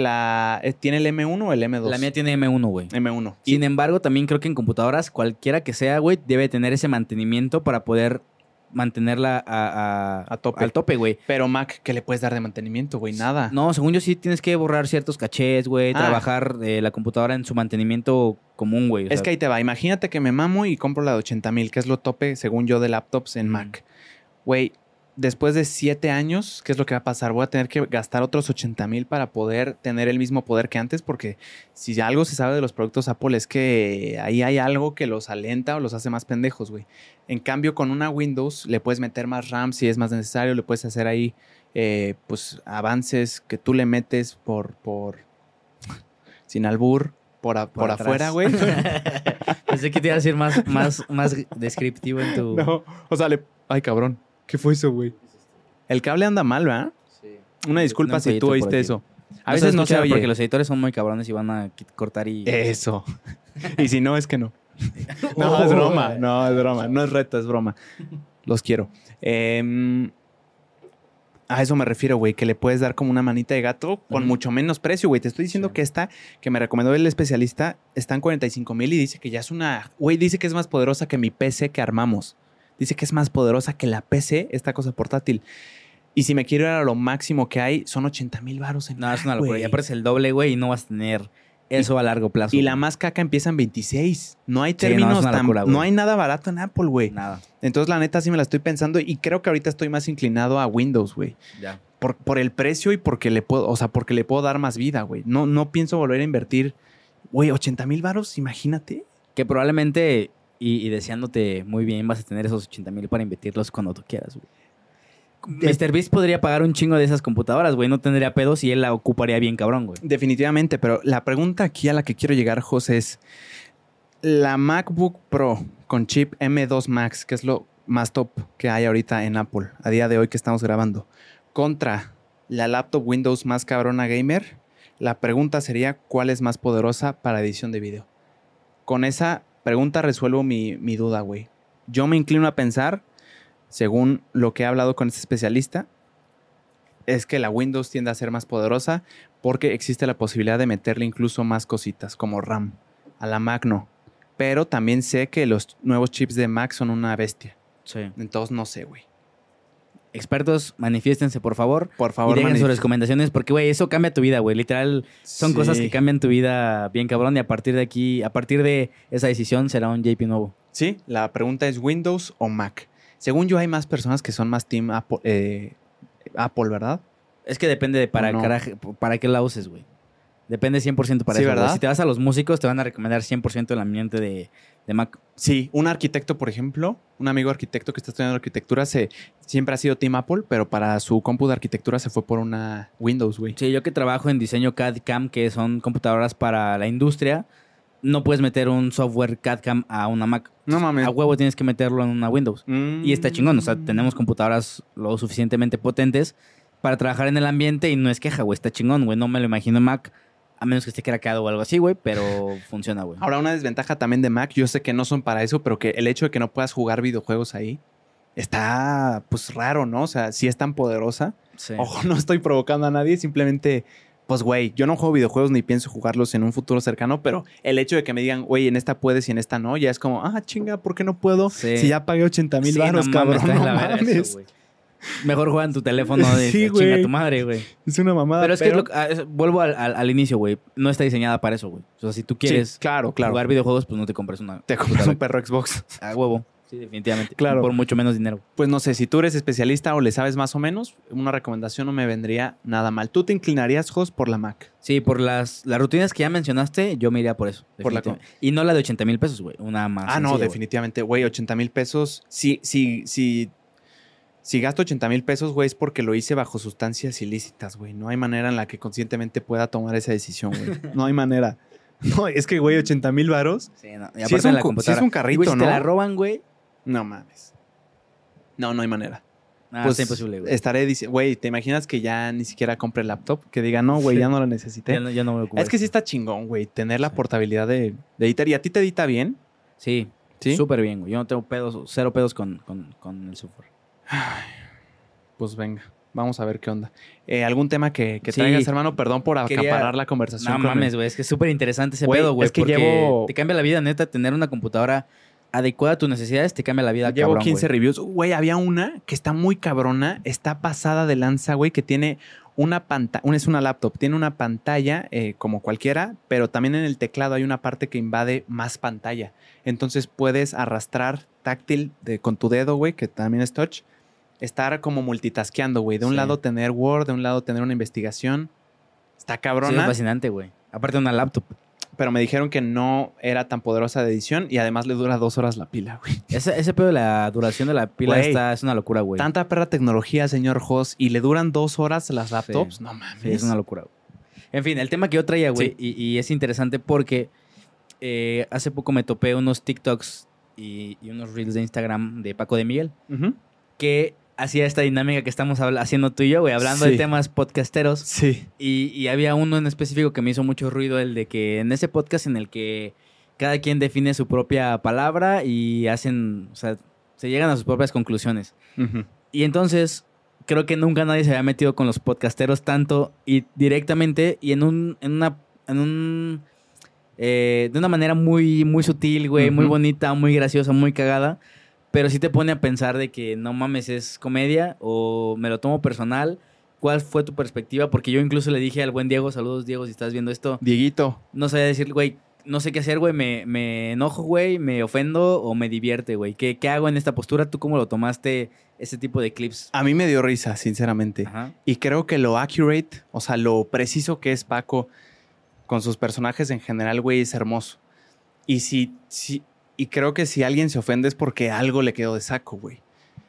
tiene el M1 o el M2? La mía tiene M1, güey. M1. Sin embargo, también creo que en computadoras, cualquiera que sea, güey, debe tener ese mantenimiento para poder mantenerla A tope. al tope, güey. Pero Mac, ¿qué le puedes dar de mantenimiento, güey? Nada. No, según yo sí tienes que borrar ciertos cachés, güey, Ah. trabajar la computadora en su mantenimiento común, güey. Es que ahí te va. Imagínate que me mamo y compro la de 80,000, que es lo tope, según yo, de laptops en Mac. Güey, después de 7 años, ¿qué es lo que va a pasar? Voy a tener que gastar otros 80,000 para poder tener el mismo poder que antes, porque si algo se sabe de los productos Apple es que ahí hay algo que los alenta o los hace más pendejos, güey. En cambio, con una Windows le puedes meter más RAM si es más necesario, le puedes hacer ahí pues avances que tú le metes por sin albur, por atrás. afuera, güey. Pensé que te iba a decir más descriptivo en tu... No, o sea, ay, cabrón. ¿Qué fue eso, güey? El cable anda mal, ¿verdad? Sí. Una disculpa Un si tú pollito por oíste aquí. eso. A veces no se oye. Porque los editores son muy cabrones y van a cortar y... Eso. Y si no, es que no. No, Oh. es broma. No, es broma. No es reto, es broma. Los quiero. A eso me refiero, güey, que le puedes dar como una manita de gato con mucho menos precio, güey. Te estoy diciendo Sí. que esta, que me recomendó el especialista, está en 45,000 y dice que ya es una... Güey, dice que es más poderosa que mi PC que armamos. Dice que es más poderosa que la PC, esta cosa portátil. Y si me quiero ir a lo máximo que hay, son 80,000 varos en No, Mac, es una locura. güey. Y aparte es el doble, güey, y no vas a tener eso a largo plazo. Y la güey. más caca empieza en 26. No hay Sí, no, términos es una locura, güey. no hay nada barato en Apple, güey. Nada. Entonces, la neta, sí me la estoy pensando. Y creo que ahorita estoy más inclinado a Windows, güey. Ya. Por el precio y porque le puedo, porque le puedo dar más vida, güey. No pienso volver a invertir, güey, 80,000 varos, imagínate. Que probablemente, y deseándote muy bien, vas a tener esos 80,000 para invertirlos cuando tú quieras, güey. Mr. Beast podría pagar un chingo de esas computadoras, güey. No tendría pedos y él la ocuparía bien cabrón, güey. Definitivamente, pero la pregunta aquí a la que quiero llegar, José, es la MacBook Pro con chip M2 Max, que es lo más top que hay ahorita en Apple, a día de hoy que estamos grabando, contra la laptop Windows más cabrona gamer, la pregunta sería, ¿cuál es más poderosa para edición de video? Con esa pregunta resuelvo mi duda, güey. Yo me inclino a pensar, según lo que he hablado con este especialista, es que la Windows tiende a ser más poderosa porque existe la posibilidad de meterle incluso más cositas, como RAM. A la Mac no. Pero también sé que los nuevos chips de Mac son una bestia. Sí. Entonces no sé, güey. Expertos, manifiéstense, por favor. Por favor, y dejen sus recomendaciones, porque, güey, eso cambia tu vida, güey. Literal, son cosas que cambian tu vida bien cabrón. Y a partir de aquí, a partir de esa decisión, será un JP nuevo. Sí, la pregunta es Windows o Mac. Según yo, hay más personas que son más Team Apple, ¿verdad? Es que depende de para qué la uses, güey. Depende 100% para Sí, eso, güey. ¿verdad? Si te vas a los músicos, te van a recomendar 100% el ambiente de Mac. Sí, un arquitecto, por ejemplo, un amigo arquitecto que está estudiando arquitectura, siempre ha sido Team Apple, pero para su compu de arquitectura se fue por una Windows, güey. Sí, yo que trabajo en diseño CAD-CAM, que son computadoras para la industria, no puedes meter un software CAD-CAM a una Mac. No mames. A huevo tienes que meterlo en una Windows. Y está chingón, o sea, tenemos computadoras lo suficientemente potentes para trabajar en el ambiente y no es queja, güey, está chingón, güey. No me lo imagino en Mac, a menos que esté craqueado o algo así, güey, pero funciona, güey. Ahora, una desventaja también de Mac, yo sé que no son para eso, pero que el hecho de que no puedas jugar videojuegos ahí está, pues, raro, ¿no? O sea, si es tan poderosa. Sí. Ojo, no estoy provocando a nadie, simplemente, pues, güey, yo no juego videojuegos ni pienso jugarlos en un futuro cercano, pero el hecho de que me digan, güey, en esta puedes y en esta no, ya es como, chinga, ¿por qué no puedo? Sí. Si ya pagué 80,000 varos, no cabrón, mames, está no en la verga mames. eso, güey. Mejor juega en tu teléfono de Sí, chinga güey. tu madre, güey. Es una mamada, Pero es que vuelvo al inicio, güey. No está diseñada para eso, güey. O sea, si tú quieres Sí, claro. jugar videojuegos, pues no te compres una. Te compras un perro Xbox. A huevo. Sí, definitivamente. Claro. Por mucho menos dinero. Pues no sé, si tú eres especialista o le sabes más o menos, una recomendación no me vendría nada mal. ¿Tú te inclinarías, Jos, por la Mac? Sí, por las rutinas que ya mencionaste, yo me iría por eso. Por la definitivamente. Y no la de 80,000 pesos, güey. Una más. No, sencilla, güey. definitivamente, güey, 80,000 pesos. Si gasto 80,000 pesos, güey, es porque lo hice bajo sustancias ilícitas, güey. No hay manera en la que conscientemente pueda tomar esa decisión, güey. No hay manera. No, es que, güey, 80,000 varos. Sí, no. Y Sí aparte es en un la cu- computadora. sí es un carrito, Y, güey, si ¿no? te la roban, güey. No mames. No hay manera. Pues, está imposible, güey. Estaré diciendo, güey, ¿te imaginas que ya ni siquiera compre el laptop? Que diga, no, güey, ya no la necesité. Ya no me ocupo Es que de sí eso. está chingón, güey, tener la portabilidad de editar. ¿Y a ti te edita bien? Sí, ¿Sí? súper bien, güey. Yo no tengo cero pedos con el software. Pues venga, vamos a ver qué onda. ¿Algún tema que Sí. traigas, hermano? Perdón por Quería- acaparar la conversación. No con mames, el- güey. Es que es súper interesante ese Güey, pedo, güey. es que porque llevo- te cambia la vida, neta. Tener una computadora adecuada a tus necesidades te cambia la vida, Llevo cabrón, 15 güey. reviews. Güey, había una que está muy cabrona, está pasada de lanza, güey, que tiene una pantalla, es una laptop, tiene una pantalla como cualquiera, pero también en el teclado hay una parte que invade más pantalla. Entonces puedes arrastrar táctil con tu dedo, güey, que también es touch, estar como multitaskeando, güey. De un Sí. lado tener Word, de un lado tener una investigación. Está Sí, es cabrona. fascinante, güey. Aparte de una laptop. Pero me dijeron que no era tan poderosa de edición y además le dura 2 horas la pila, güey. Ese pedo de la duración de la pila Güey, es una locura, güey. Tanta perra tecnología, señor Jos, y le duran 2 horas las laptops. Sí. No mames. Sí, es una locura, güey. En fin, el tema que yo traía, güey, Sí. y es interesante porque hace poco me topé unos TikToks y unos Reels de Instagram de Paco de Miguel Ujú. que hacía esta dinámica que estamos haciendo tú y yo, güey, hablando Sí. de temas podcasteros. Sí. Y había uno en específico que me hizo mucho ruido, el de que en ese podcast en el que cada quien define su propia palabra y hacen, o sea, se llegan a sus propias conclusiones. Ujú. Y entonces, creo que nunca nadie se había metido con los podcasteros tanto y directamente y de una manera muy, muy sutil, güey, muy Ujú. bonita, muy graciosa, muy cagada. pero sí te pone a pensar de que no mames, es comedia o me lo tomo personal. ¿Cuál fue tu perspectiva? Porque yo incluso le dije al buen Diego, saludos Diego, si estás viendo esto. Dieguito. No sabía decir, güey, no sé qué hacer, güey, me enojo, güey, me ofendo o me divierte, güey. ¿Qué hago en esta postura? ¿Tú cómo lo tomaste ese tipo de clips? A mí me dio risa, sinceramente. Ajá. Y creo que lo accurate, o sea, lo preciso que es Paco con sus personajes en general, güey, es hermoso. Y y creo que si alguien se ofende es porque algo le quedó de saco, güey.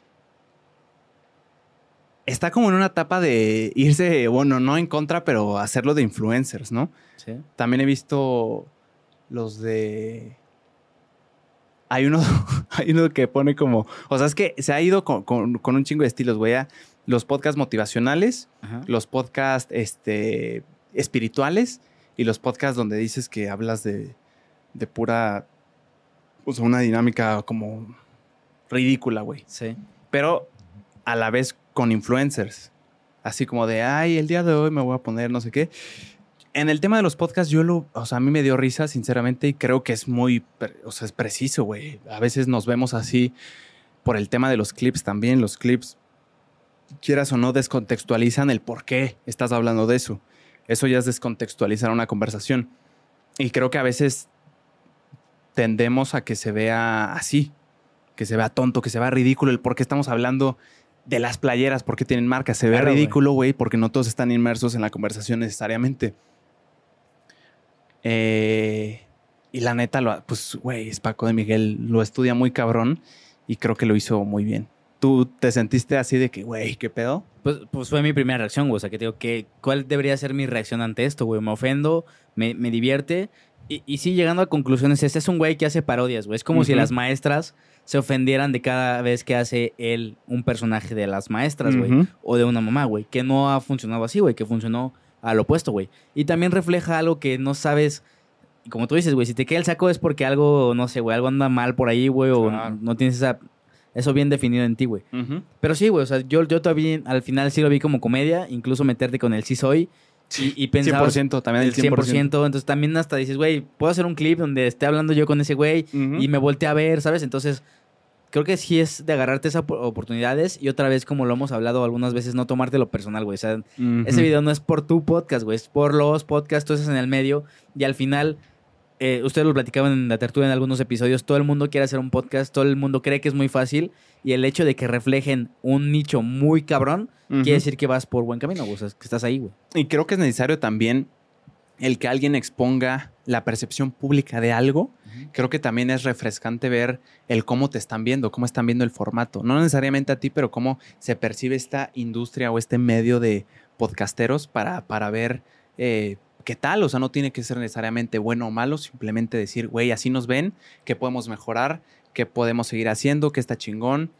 Está como en una etapa de irse, bueno, no en contra, pero hacerlo de influencers, ¿no? Sí. También he visto los de... Hay uno, hay uno que pone como... O sea, es que se ha ido con un chingo de estilos, güey. Los podcasts motivacionales, Ajá. los podcasts espirituales y los podcasts donde dices que hablas de pura... O sea, una dinámica como ridícula, güey. Sí. Pero a la vez con influencers. Así como de, ay, el día de hoy me voy a poner no sé qué. En el tema de los podcasts, o sea, a mí me dio risa, sinceramente, y creo que es o sea, es preciso, güey. A veces nos vemos así por el tema de los clips también. Los clips, quieras o no, descontextualizan el por qué estás hablando de eso. Eso ya es descontextualizar una conversación. Y creo que a veces tendemos a que se vea así, que se vea tonto, que se vea ridículo el por qué estamos hablando de las playeras, por qué tienen marcas. Se ve Claro, ridículo, güey, porque no todos están inmersos en la conversación necesariamente. Y la neta, pues, güey, es Paco de Miguel, lo estudia muy cabrón y creo que lo hizo muy bien. ¿Tú te sentiste así de que, güey, qué pedo? Pues fue mi primera reacción, güey. O sea, que te digo, ¿cuál debería ser mi reacción ante esto, güey? Me ofendo, me divierte. Y sí, llegando a conclusiones, este es un güey que hace parodias, güey. Es como si las maestras se ofendieran de cada vez que hace él un personaje de las maestras, güey. O de una mamá, güey. Que no ha funcionado así, güey. Que funcionó al opuesto, güey. Y también refleja algo que no sabes. Y como tú dices, güey, si te queda el saco es porque algo, no sé, güey, algo anda mal por ahí, güey. Claro. O no tienes eso bien definido en ti, güey. Pero sí, güey, o sea, yo también al final sí lo vi como comedia. Incluso meterte con el sí soy. Y pensabas 100%, también el 100%. Entonces también hasta dices, güey, puedo hacer un clip donde esté hablando yo con ese güey y me volteé a ver, ¿sabes? Entonces, creo que sí es de agarrarte esas oportunidades y otra vez, como lo hemos hablado algunas veces, no tomártelo personal, güey. O sea, ese video no es por tu podcast, güey, es por los podcasts, tú estás en el medio y al final, ustedes lo platicaban en la tertulia en algunos episodios, todo el mundo quiere hacer un podcast, todo el mundo cree que es muy fácil y el hecho de que reflejen un nicho muy cabrón quiere decir que vas por buen camino, güey. O sea, que estás ahí, güey. Y creo que es necesario también el que alguien exponga la percepción pública de algo. Creo que también es refrescante ver el cómo te están viendo, cómo están viendo el formato. No necesariamente a ti, pero cómo se percibe esta industria o este medio de podcasteros para ver qué tal. O sea, no tiene que ser necesariamente bueno o malo, simplemente decir, güey, así nos ven, qué podemos mejorar, qué podemos seguir haciendo, qué está chingón.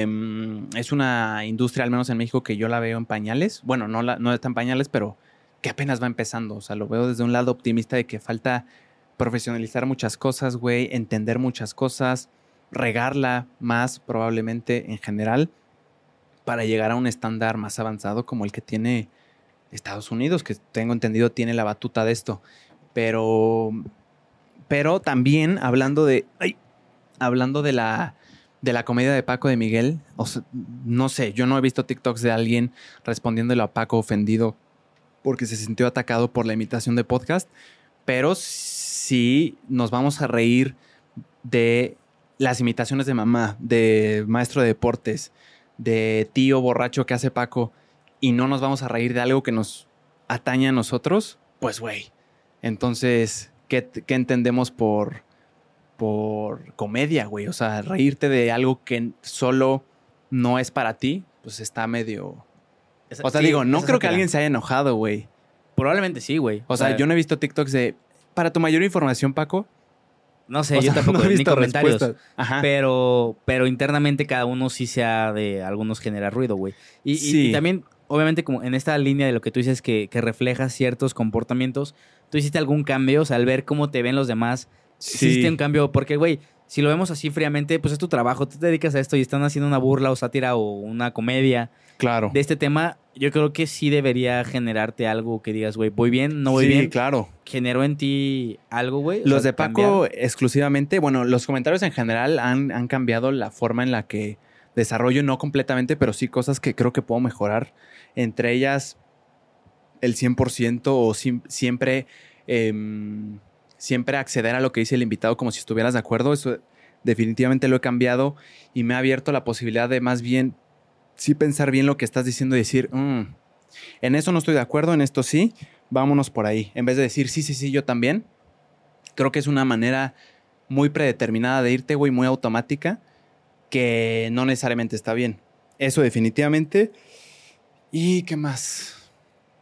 Es una industria, al menos en México, que yo la veo en pañales. Bueno, no está en pañales, pero que apenas va empezando. O sea, lo veo desde un lado optimista de que falta profesionalizar muchas cosas, güey, entender muchas cosas, regarla más probablemente en general para llegar a un estándar más avanzado como el que tiene Estados Unidos, que tengo entendido tiene la batuta de esto. Pero también hablando de la comedia de Paco de Miguel, o sea, no sé, yo no he visto TikToks de alguien respondiéndole a Paco ofendido porque se sintió atacado por la imitación de podcast, pero sí nos vamos a reír de las imitaciones de mamá, de maestro de deportes, de tío borracho que hace Paco, y no nos vamos a reír de algo que nos atañe a nosotros, pues güey. Entonces, ¿qué entendemos por comedia, güey? O sea, reírte de algo que solo no es para ti, pues está medio... O sea, sí, digo, no esa creo que sátira. alguien se haya enojado, güey. Probablemente sí, güey. O sea, yo no he visto TikToks de... Para tu mayor información, Paco. No sé, O yo sea, tampoco, no he ni visto comentarios. respuestas. Ajá. Pero internamente cada uno sí sea de algunos genera ruido, güey. Sí. Y también, obviamente, como en esta línea de lo que tú dices que refleja ciertos comportamientos, ¿tú hiciste algún cambio? O sea, al ver cómo te ven los demás, existe un cambio, porque, güey, si lo vemos así fríamente, pues es tu trabajo, tú te dedicas a esto y están haciendo una burla o sátira o una comedia Claro. de este tema, yo creo que sí debería generarte algo que digas, güey, voy bien, no voy Sí, bien. claro. ¿Generó en ti algo, güey? O Los sea, de Paco exclusivamente, bueno, los comentarios en general han cambiado la forma en la que desarrollo, no completamente, pero sí cosas que creo que puedo mejorar. Entre ellas, el 100% o siempre, siempre acceder a lo que dice el invitado como si estuvieras de acuerdo. Eso definitivamente lo he cambiado y me ha abierto la posibilidad de más bien sí pensar bien lo que estás diciendo y decir, en eso no estoy de acuerdo, en esto sí, vámonos por ahí. En vez de decir, sí, yo también. Creo que es una manera muy predeterminada de irte, güey, muy automática, que no necesariamente está bien. Eso definitivamente. ¿Y qué más?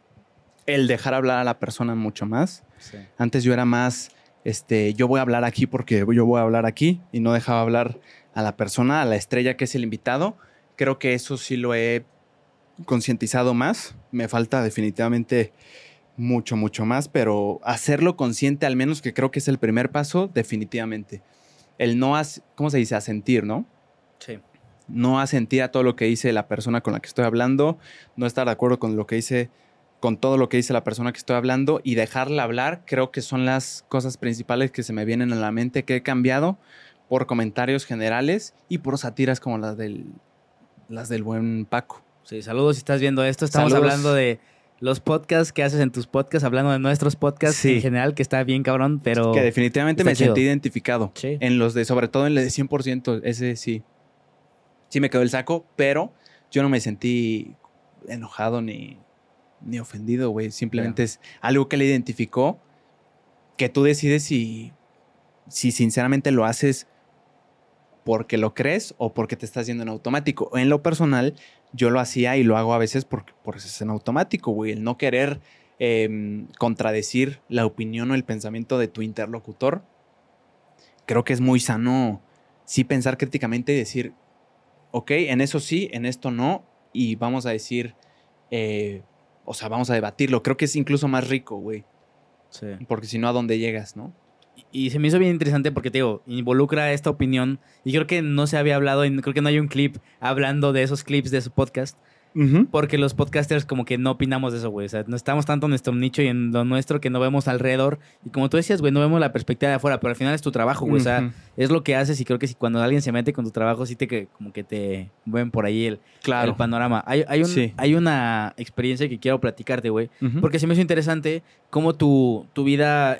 El dejar hablar a la persona mucho más. Sí. Antes yo era más, yo voy a hablar aquí porque yo voy a hablar aquí y no dejaba hablar a la persona, a la estrella que es el invitado. Creo que eso sí lo he concientizado más. Me falta definitivamente mucho más, pero hacerlo consciente al menos, que creo que es el primer paso, definitivamente. El no, ¿cómo se dice? Asentir, ¿no? Sí. No asentir a todo lo que dice la persona con la que estoy hablando, no estar de acuerdo con con todo lo que dice la persona que estoy hablando y dejarla hablar, creo que son las cosas principales que se me vienen a la mente que he cambiado por comentarios generales y por sátiras como las del buen Paco. Sí, saludos si estás viendo esto. Estamos Saludos. hablando de los podcasts que haces en tus podcasts, hablando de nuestros podcasts Sí. en general, que está bien cabrón, pero... Que definitivamente está me chido. sentí identificado. Sí. En los sobre todo en el de 100%, ese sí. Sí me quedó el saco, pero yo no me sentí enojado ni ofendido, güey. Simplemente es algo que le identificó, que tú decides si sinceramente lo haces porque lo crees o porque te estás yendo en automático. En lo personal, yo lo hacía y lo hago a veces por eso es en automático, güey. El no querer contradecir la opinión o el pensamiento de tu interlocutor. Creo que es muy sano sí pensar críticamente y decir, ok, en eso sí, en esto no, y vamos a decir, vamos a debatirlo. Creo que es incluso más rico, güey. Sí. Porque si no, ¿a dónde llegas, no? Y se me hizo bien interesante porque, te digo, involucra esta opinión. Y creo que no se había hablado, y creo que no hay un clip hablando de esos clips de su podcast. Porque los podcasters como que no opinamos de eso, güey. O sea, no estamos tanto en nuestro nicho y en lo nuestro que no vemos alrededor. Y como tú decías, güey, no vemos la perspectiva de afuera, pero al final es tu trabajo, güey. O sea, es lo que haces y creo que si cuando alguien se mete con tu trabajo, sí como que te ven por ahí el panorama. Hay una experiencia que quiero platicarte, güey. Porque se me hizo interesante cómo tu vida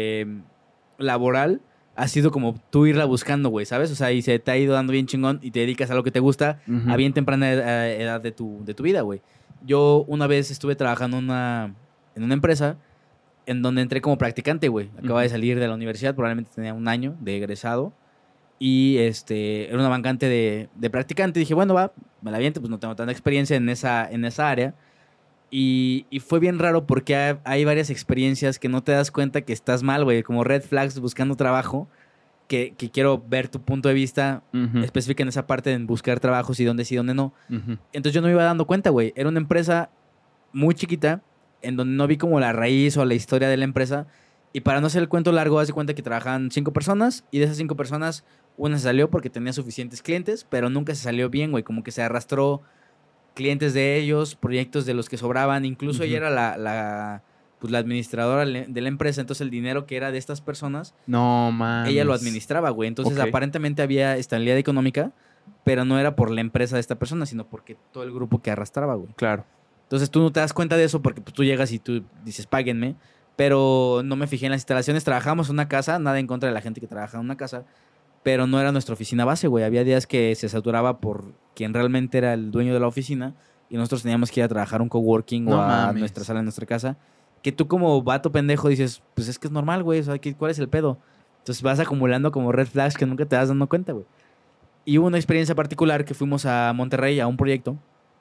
laboral ha sido como tú irla buscando, güey, ¿sabes? O sea, y se te ha ido dando bien chingón y te dedicas a lo que te gusta a bien temprana edad de tu vida, güey. Yo una vez estuve trabajando en una empresa en donde entré como practicante, güey. Acababa de salir de la universidad, probablemente tenía un año de egresado. Y era una vacante de practicante. Dije, bueno, va, me la aviento, pues no tengo tanta experiencia en esa área. Y fue bien raro porque hay varias experiencias que no te das cuenta que estás mal, güey. Como red flags buscando trabajo. Que quiero ver tu punto de vista específica en esa parte de buscar trabajos y dónde sí, dónde no. Entonces yo no me iba dando cuenta, güey. Era una empresa muy chiquita en donde no vi como la raíz o la historia de la empresa. Y para no hacer el cuento largo, haz de cuenta que trabajaban 5 personas y de esas 5 personas, una se salió porque tenía suficientes clientes, pero nunca se salió bien, güey. Como que se arrastró clientes de ellos, proyectos de los que sobraban. Incluso ella era la administradora de la empresa. Entonces el dinero que era de estas personas, no mames, ella lo administraba, güey. Entonces aparentemente había estabilidad económica, pero no era por la empresa de esta persona, sino porque todo el grupo que arrastraba, güey. Claro. Entonces tú no te das cuenta de eso porque pues, tú llegas y tú dices, páguenme. Pero no me fijé en las instalaciones. Trabajamos en una casa, nada en contra de la gente que trabaja en una casa, pero no era nuestra oficina base, güey. Había días que se saturaba por quien realmente era el dueño de la oficina y nosotros teníamos que ir a trabajar a un coworking o a nuestra sala en nuestra casa. Que tú como vato pendejo dices, pues es que es normal, güey. O sea, ¿cuál es el pedo? Entonces vas acumulando como red flags que nunca te vas dando cuenta, güey. Y hubo una experiencia particular que fuimos a Monterrey a un proyecto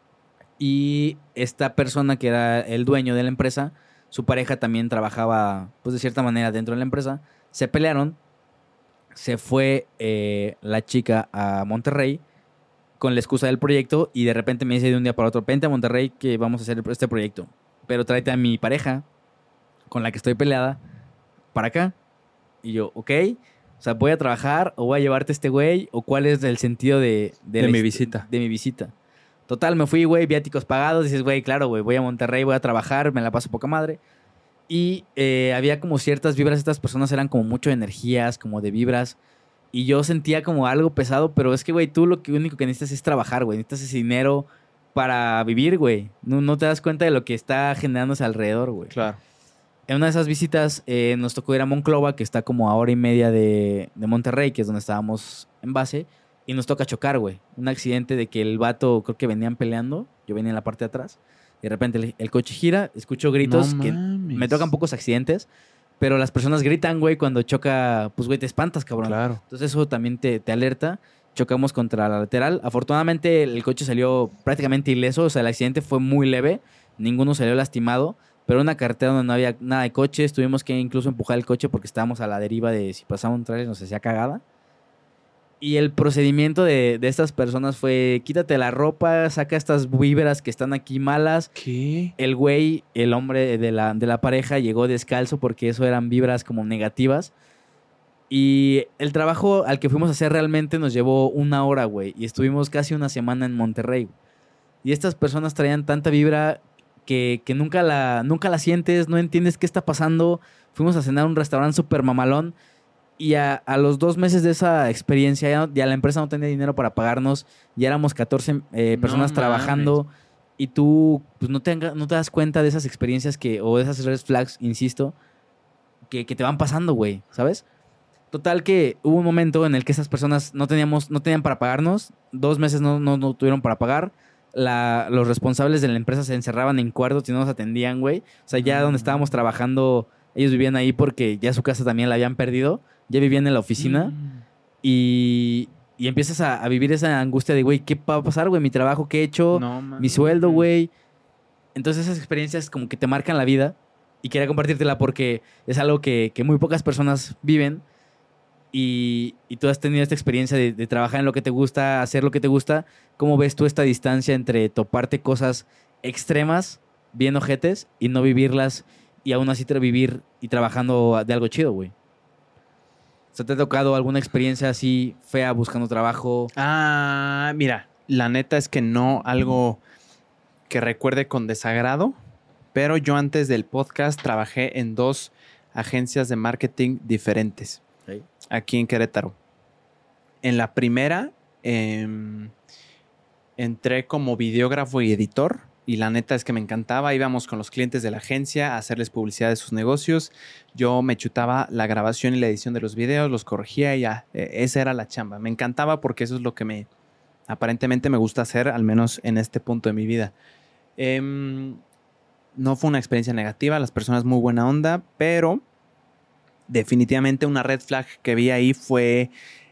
y esta persona que era el dueño de la empresa, su pareja también trabajaba, pues de cierta manera dentro de la empresa. Se pelearon. Se fue la chica a Monterrey con la excusa del proyecto y de repente me dice de un día para otro, vente a Monterrey que vamos a hacer este proyecto. Pero tráete a mi pareja con la que estoy peleada para acá. Y yo, ok, o sea, ¿voy a trabajar o voy a llevarte a este güey? ¿O cuál es el sentido de mi visita? De mi visita. Total, me fui, güey, viáticos pagados. Dices, güey, claro, güey, voy a Monterrey, voy a trabajar, me la paso poca madre. Y había como ciertas vibras, estas personas eran como mucho de energías, como de vibras. Y yo sentía como algo pesado, pero es que, güey, tú único que necesitas es trabajar, güey. Necesitas ese dinero para vivir, güey. No te das cuenta de lo que está generándose alrededor, güey. Claro. En una de esas visitas nos tocó ir a Monclova, que está como a hora y media de Monterrey, que es donde estábamos en base. Y nos toca chocar, güey. Un accidente de que el vato, creo que venían peleando. Yo venía en la parte de atrás. De repente el coche gira, escucho gritos, No que mames. me tocan pocos accidentes. Pero las personas gritan, güey, cuando choca, pues, güey, te espantas, cabrón. Claro. Entonces eso también te alerta. Chocamos contra la lateral. Afortunadamente el coche salió prácticamente ileso. O sea, el accidente fue muy leve. Ninguno salió lastimado. Pero en una carretera donde no había nada de coches. Tuvimos que incluso empujar el coche porque estábamos a la deriva de si pasaba un trailer nos hacía cagada. Y el procedimiento de estas personas fue: quítate la ropa, saca estas víveras que están aquí malas. ¿Qué? El güey, el hombre de la pareja, llegó descalzo porque eso eran vibras como negativas. Y el trabajo al que fuimos a hacer realmente nos llevó 1 hora, güey. Y estuvimos casi una semana en Monterrey. Y estas personas traían tanta vibra que nunca la sientes, no entiendes qué está pasando. Fuimos a cenar a un restaurante súper mamalón. Y a los 2 meses de esa experiencia ya la empresa no tenía dinero para pagarnos. Ya éramos 14 personas No trabajando. Y tú pues, no te das cuenta de esas experiencias o de esas red flags, insisto, que te van pasando, güey, ¿sabes? Total que hubo un momento en el que esas personas no tenían para pagarnos. 2 meses no tuvieron para pagar. Los responsables de la empresa se encerraban en cuartos y no nos atendían, güey. O sea, ya donde estábamos trabajando, ellos vivían ahí porque ya su casa también la habían perdido. Ya vivían en la oficina. Y empiezas a vivir esa angustia de, güey, ¿qué va a pasar, güey? Mi trabajo, ¿qué he hecho? No Mi mames. sueldo, güey. Entonces esas experiencias como que te marcan la vida. Y quería compartírtela porque es algo que muy pocas personas viven. Y tú has tenido esta experiencia de trabajar en lo que te gusta, hacer lo que te gusta. ¿Cómo ves tú esta distancia entre toparte cosas extremas, bien ojetes, y no vivirlas y aún así vivir y trabajando de algo chido, güey? O sea, ¿te ha tocado alguna experiencia así fea buscando trabajo? Mira, la neta es que no algo que recuerde con desagrado, pero yo antes del podcast trabajé en 2 agencias de marketing diferentes. Sí. Aquí en Querétaro. En la primera entré como videógrafo y editor y la neta es que me encantaba. Íbamos con los clientes de la agencia a hacerles publicidad de sus negocios. Yo me chutaba la grabación y la edición de los videos, los corregía y ya. Esa era la chamba. Me encantaba porque eso es lo que aparentemente me gusta hacer, al menos en este punto de mi vida. No fue una experiencia negativa, las personas muy buena onda, pero definitivamente una red flag que vi ahí fue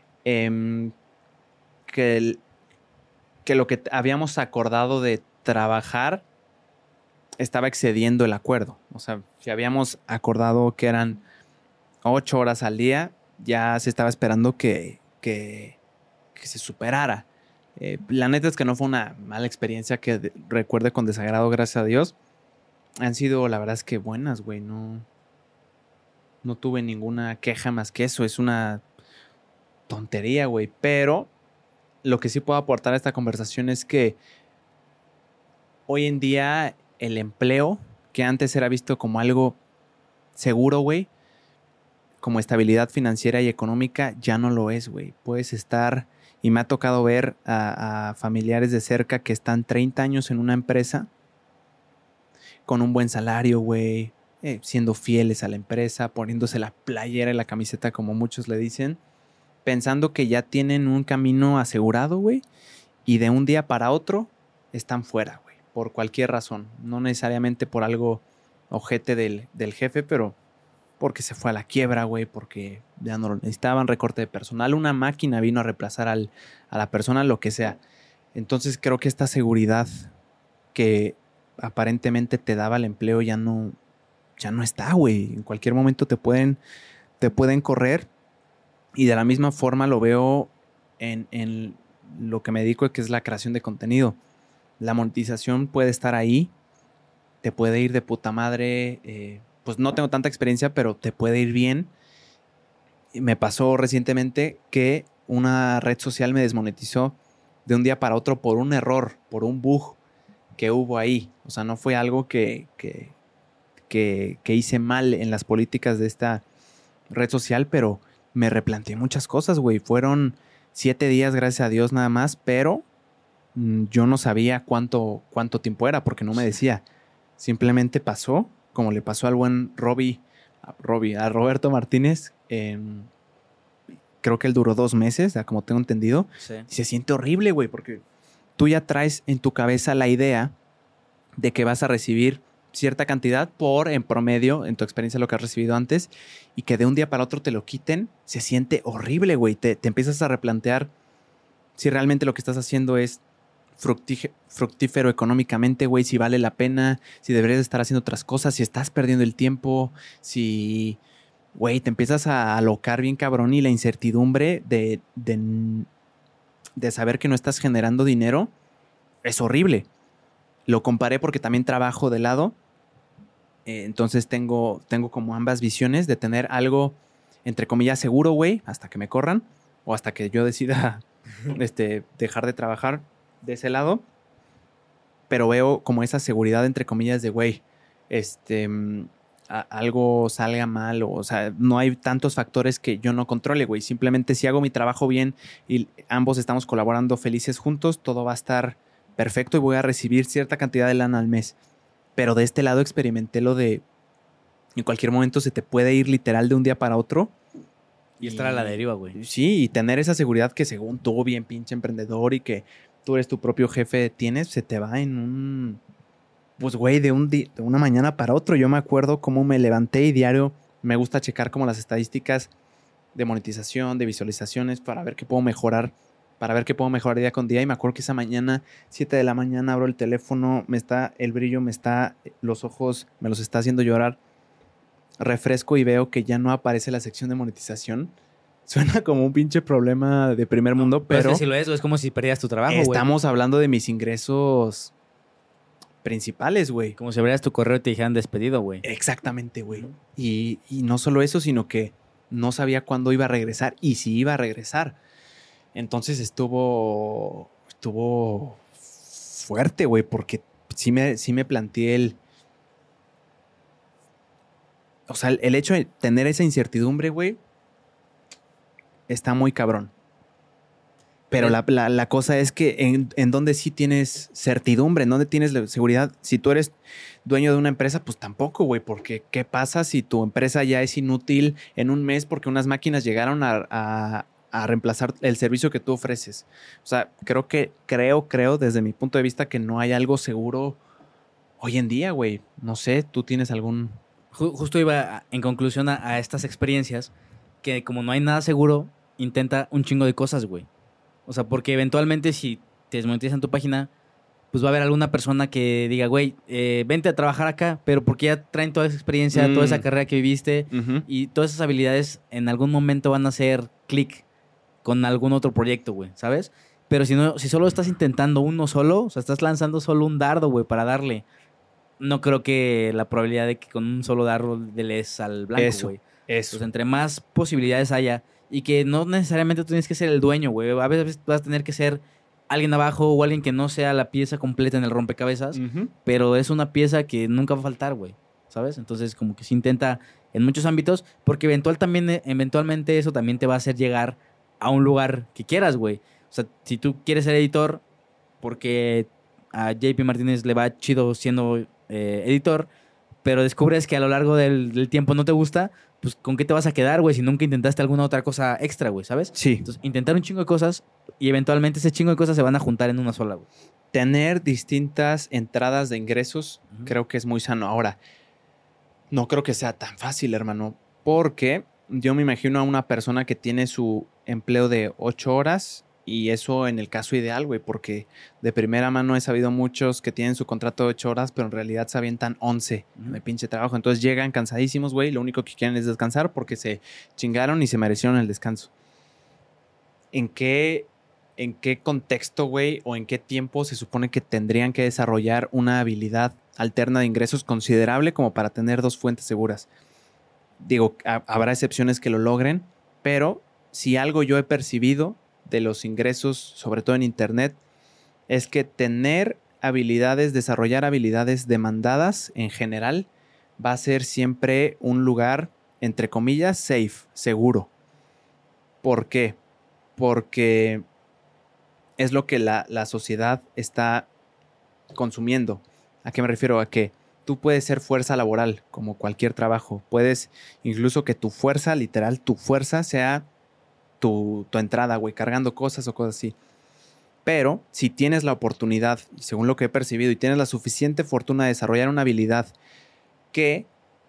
que lo que habíamos acordado de trabajar estaba excediendo el acuerdo. O sea, si habíamos acordado que eran 8 horas al día, ya se estaba esperando que se superara. La neta es que no fue una mala experiencia que recuerde con desagrado, gracias a Dios. Han sido, la verdad es que buenas, güey. No tuve ninguna queja más que eso. Es una tontería, güey. Pero lo que sí puedo aportar a esta conversación es que hoy en día el empleo, que antes era visto como algo seguro, güey, como estabilidad financiera y económica, ya no lo es, güey. Puedes estar, y me ha tocado ver a familiares de cerca que están 30 años en una empresa con un buen salario, güey, siendo fieles a la empresa, poniéndose la playera y la camiseta como muchos le dicen, pensando que ya tienen un camino asegurado, güey, y de un día para otro están fuera, güey, por cualquier razón. No necesariamente por algo ojete del jefe, pero porque se fue a la quiebra, güey, porque ya no lo necesitaban, recorte de personal, una máquina vino a reemplazar a la persona, lo que sea. Entonces creo que esta seguridad que aparentemente te daba el empleo ya no está, güey. En cualquier momento te pueden correr. Y de la misma forma lo veo en lo que me dedico, que es la creación de contenido. La monetización puede estar ahí, te puede ir de puta madre. Pues no tengo tanta experiencia, pero te puede ir bien. me pasó recientemente que una red social me desmonetizó de un día para otro por un error, por un bug que hubo ahí. O sea, no fue algo que hice mal en las políticas de esta red social, pero me replanteé muchas cosas, güey. Fueron 7 días, gracias a Dios, nada más, pero yo no sabía cuánto tiempo era porque no me decía. Simplemente pasó, como le pasó al buen a Roberto Martínez. Creo que él duró 2 meses, como tengo entendido. Sí. Y se siente horrible, güey, porque tú ya traes en tu cabeza la idea de que vas a recibir cierta cantidad en promedio, en tu experiencia, lo que has recibido antes, y que de un día para otro te lo quiten, se siente horrible, güey. Te empiezas a replantear si realmente lo que estás haciendo es fructífero económicamente, güey, si vale la pena, si deberías estar haciendo otras cosas, si estás perdiendo el tiempo, si, güey, te empiezas a alocar bien cabrón y la incertidumbre de saber que no estás generando dinero es horrible. Lo comparé porque también trabajo de lado, entonces tengo como ambas visiones de tener algo, entre comillas, seguro, güey, hasta que me corran o hasta que yo decida dejar de trabajar de ese lado, pero veo como esa seguridad, entre comillas, de, güey, algo salga mal, o sea, no hay tantos factores que yo no controle, güey. Simplemente si hago mi trabajo bien y ambos estamos colaborando felices juntos, todo va a estar perfecto y voy a recibir cierta cantidad de lana al mes. Pero de este lado experimenté lo de en cualquier momento se te puede ir literal de un día para otro. Y estar a la deriva, güey. Sí, y tener esa seguridad que según tú, bien pinche emprendedor y que tú eres tu propio jefe, se te va en un... Pues, güey, de una mañana para otro. Yo me acuerdo cómo me levanté y diario me gusta checar como las estadísticas de monetización, de visualizaciones, para ver qué puedo mejorar, día con día. Y me acuerdo que esa mañana, 7 de la mañana, abro el teléfono, el brillo, los ojos me los está haciendo llorar. Refresco y veo que ya no aparece la sección de monetización. Suena como un pinche problema de primer mundo, pero... Es que si lo es como si perdieras tu trabajo, güey. Estamos hablando de mis ingresos principales, güey. Como si abrieras tu correo y te dijeran despedido, güey. Exactamente, güey. Y no solo eso, sino que no sabía cuándo iba a regresar y si iba a regresar. Entonces estuvo fuerte, güey, porque sí me planteé o sea, el hecho de tener esa incertidumbre, güey, está muy cabrón. Pero la cosa es que en donde sí tienes certidumbre, en donde tienes la seguridad. Si tú eres dueño de una empresa, pues tampoco, güey, porque ¿qué pasa si tu empresa ya es inútil en un mes porque unas máquinas llegaron a reemplazar el servicio que tú ofreces? O sea, creo desde mi punto de vista que no hay algo seguro hoy en día, güey. No sé, ¿tú tienes algún...? Justo iba en conclusión a estas experiencias que como no hay nada seguro, intenta un chingo de cosas, güey. O sea, porque eventualmente si te desmonetizan tu página, pues va a haber alguna persona que diga, güey, vente a trabajar acá, pero porque ya traen toda esa experiencia, toda esa carrera que viviste y todas esas habilidades en algún momento van a hacer clic con algún otro proyecto, güey, ¿sabes? Pero si solo estás intentando uno solo, o sea, estás lanzando solo un dardo, güey, para darle, no creo que la probabilidad de que con un solo dardo le des al blanco, güey. Eso. Pues entre más posibilidades haya y que no necesariamente tú tienes que ser el dueño, güey. A veces vas a tener que ser alguien abajo o alguien que no sea la pieza completa en el rompecabezas, pero es una pieza que nunca va a faltar, güey, ¿sabes? Entonces como que se intenta en muchos ámbitos porque eventualmente eso también te va a hacer llegar a un lugar que quieras, güey. O sea, si tú quieres ser editor porque a JP Martínez le va chido siendo editor, pero descubres que a lo largo del tiempo no te gusta, pues ¿con qué te vas a quedar, güey? Si nunca intentaste alguna otra cosa extra, güey, ¿sabes? Sí. Entonces, intentar un chingo de cosas y eventualmente ese chingo de cosas se van a juntar en una sola, güey. Tener distintas entradas de ingresos creo que es muy sano. Ahora, no creo que sea tan fácil, hermano, porque yo me imagino a una persona que tiene su empleo de 8 horas y eso en el caso ideal, güey, porque de primera mano he sabido muchos que tienen su contrato de 8 horas, pero en realidad se avientan 11 de pinche trabajo. Entonces llegan cansadísimos, güey, lo único que quieren es descansar porque se chingaron y se merecieron el descanso. ¿En qué contexto, güey, o en qué tiempo se supone que tendrían que desarrollar una habilidad alterna de ingresos considerable como para tener 2 fuentes seguras? Digo, habrá excepciones que lo logren, Pero si algo yo he percibido de los ingresos, sobre todo en internet, es que tener habilidades, desarrollar habilidades demandadas en general, va a ser siempre un lugar, entre comillas, safe, seguro. ¿Por qué? Porque es lo que la sociedad está consumiendo. ¿A qué me refiero? A que tú puedes ser fuerza laboral, como cualquier trabajo. Puedes, incluso que tu fuerza, literal, tu fuerza sea tu entrada, güey, cargando cosas o cosas así. Pero si tienes la oportunidad, según lo que he percibido, y tienes la suficiente fortuna de desarrollar una habilidad que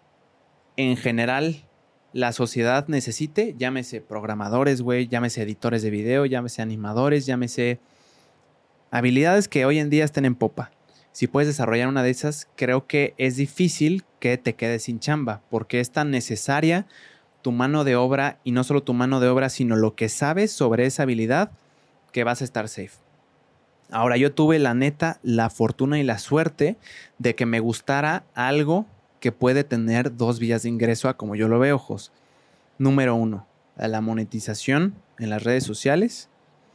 en general la sociedad necesite, llámese programadores, güey, llámese editores de video, llámese animadores, llámese habilidades que hoy en día estén en popa. Si puedes desarrollar una de esas, creo que es difícil que te quedes sin chamba, porque es tan necesaria tu mano de obra, y no solo tu mano de obra, sino lo que sabes sobre esa habilidad, que vas a estar safe. Ahora, yo tuve la neta, la fortuna y la suerte de que me gustara algo que puede tener dos vías de ingreso a como yo lo veo, ojos. Número 1, la monetización en las redes sociales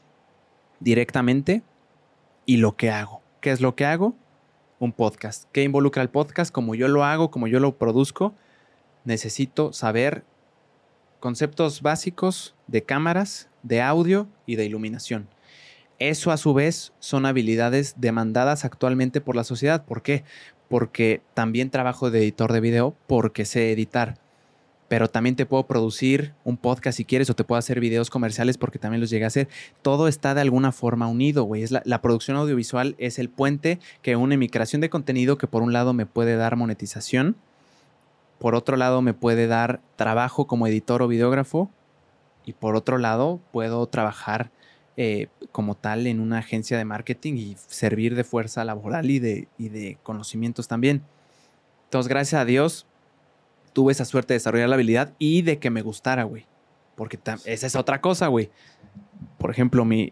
directamente, y lo que hago. ¿Qué es lo que hago? Un podcast. ¿Qué involucra el podcast? Como yo lo hago, como yo lo produzco, necesito saber conceptos básicos de cámaras, de audio y de iluminación. Eso a su vez son habilidades demandadas actualmente por la sociedad. ¿Por qué? Porque también trabajo de editor de video, porque sé editar. Pero también te puedo producir un podcast si quieres, o te puedo hacer videos comerciales porque también los llegué a hacer. Todo está de alguna forma unido, güey. La producción audiovisual es el puente que une mi creación de contenido, que por un lado me puede dar monetización, por otro lado me puede dar trabajo como editor o videógrafo, y por otro lado puedo trabajar como tal en una agencia de marketing y servir de fuerza laboral y de conocimientos también. Entonces, gracias a Dios, tuve esa suerte de desarrollar la habilidad y de que me gustara, güey. Porque esa es otra cosa, güey. Por ejemplo, mi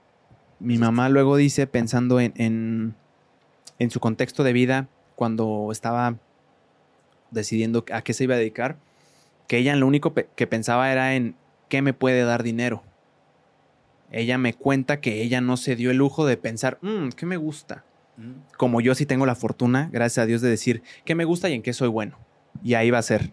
mamá luego dice, pensando en su contexto de vida, cuando estaba decidiendo a qué se iba a dedicar, que ella lo único que pensaba era en qué me puede dar dinero. Ella me cuenta que ella no se dio el lujo de pensar, ¿qué me gusta? Como yo sí tengo la fortuna, gracias a Dios, de decir qué me gusta y en qué soy bueno. Y ahí va a ser.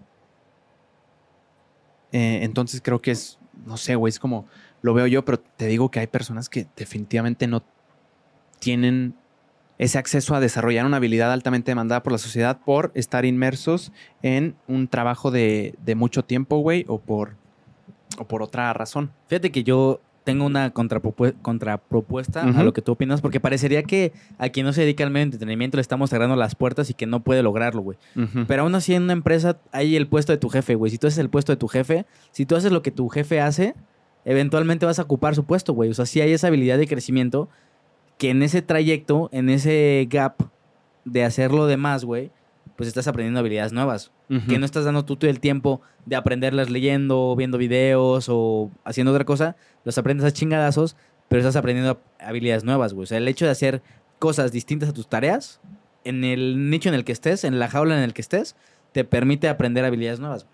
Entonces creo que es, no sé, güey, es como lo veo yo, pero te digo que hay personas que definitivamente no tienen ese acceso a desarrollar una habilidad altamente demandada por la sociedad por estar inmersos en un trabajo de mucho tiempo, güey, o por otra razón. Fíjate que yo tengo una contrapropuesta a lo que tú opinas, porque parecería que a quien no se dedica al medio de entretenimiento le estamos cerrando las puertas y que no puede lograrlo, güey. Pero aún así en una empresa hay el puesto de tu jefe, güey. Si tú haces el puesto de tu jefe, si tú haces lo que tu jefe hace, eventualmente vas a ocupar su puesto, güey. O sea, sí hay esa habilidad de crecimiento que en ese trayecto, en ese gap de hacer lo demás, güey, pues estás aprendiendo habilidades nuevas. Que no estás dando tú todo el tiempo de aprenderlas leyendo, viendo videos o haciendo otra cosa. Los aprendes a chingadazos, pero estás aprendiendo habilidades nuevas, güey. O sea, el hecho de hacer cosas distintas a tus tareas, en el nicho en el que estés, en la jaula en el que estés, te permite aprender habilidades nuevas.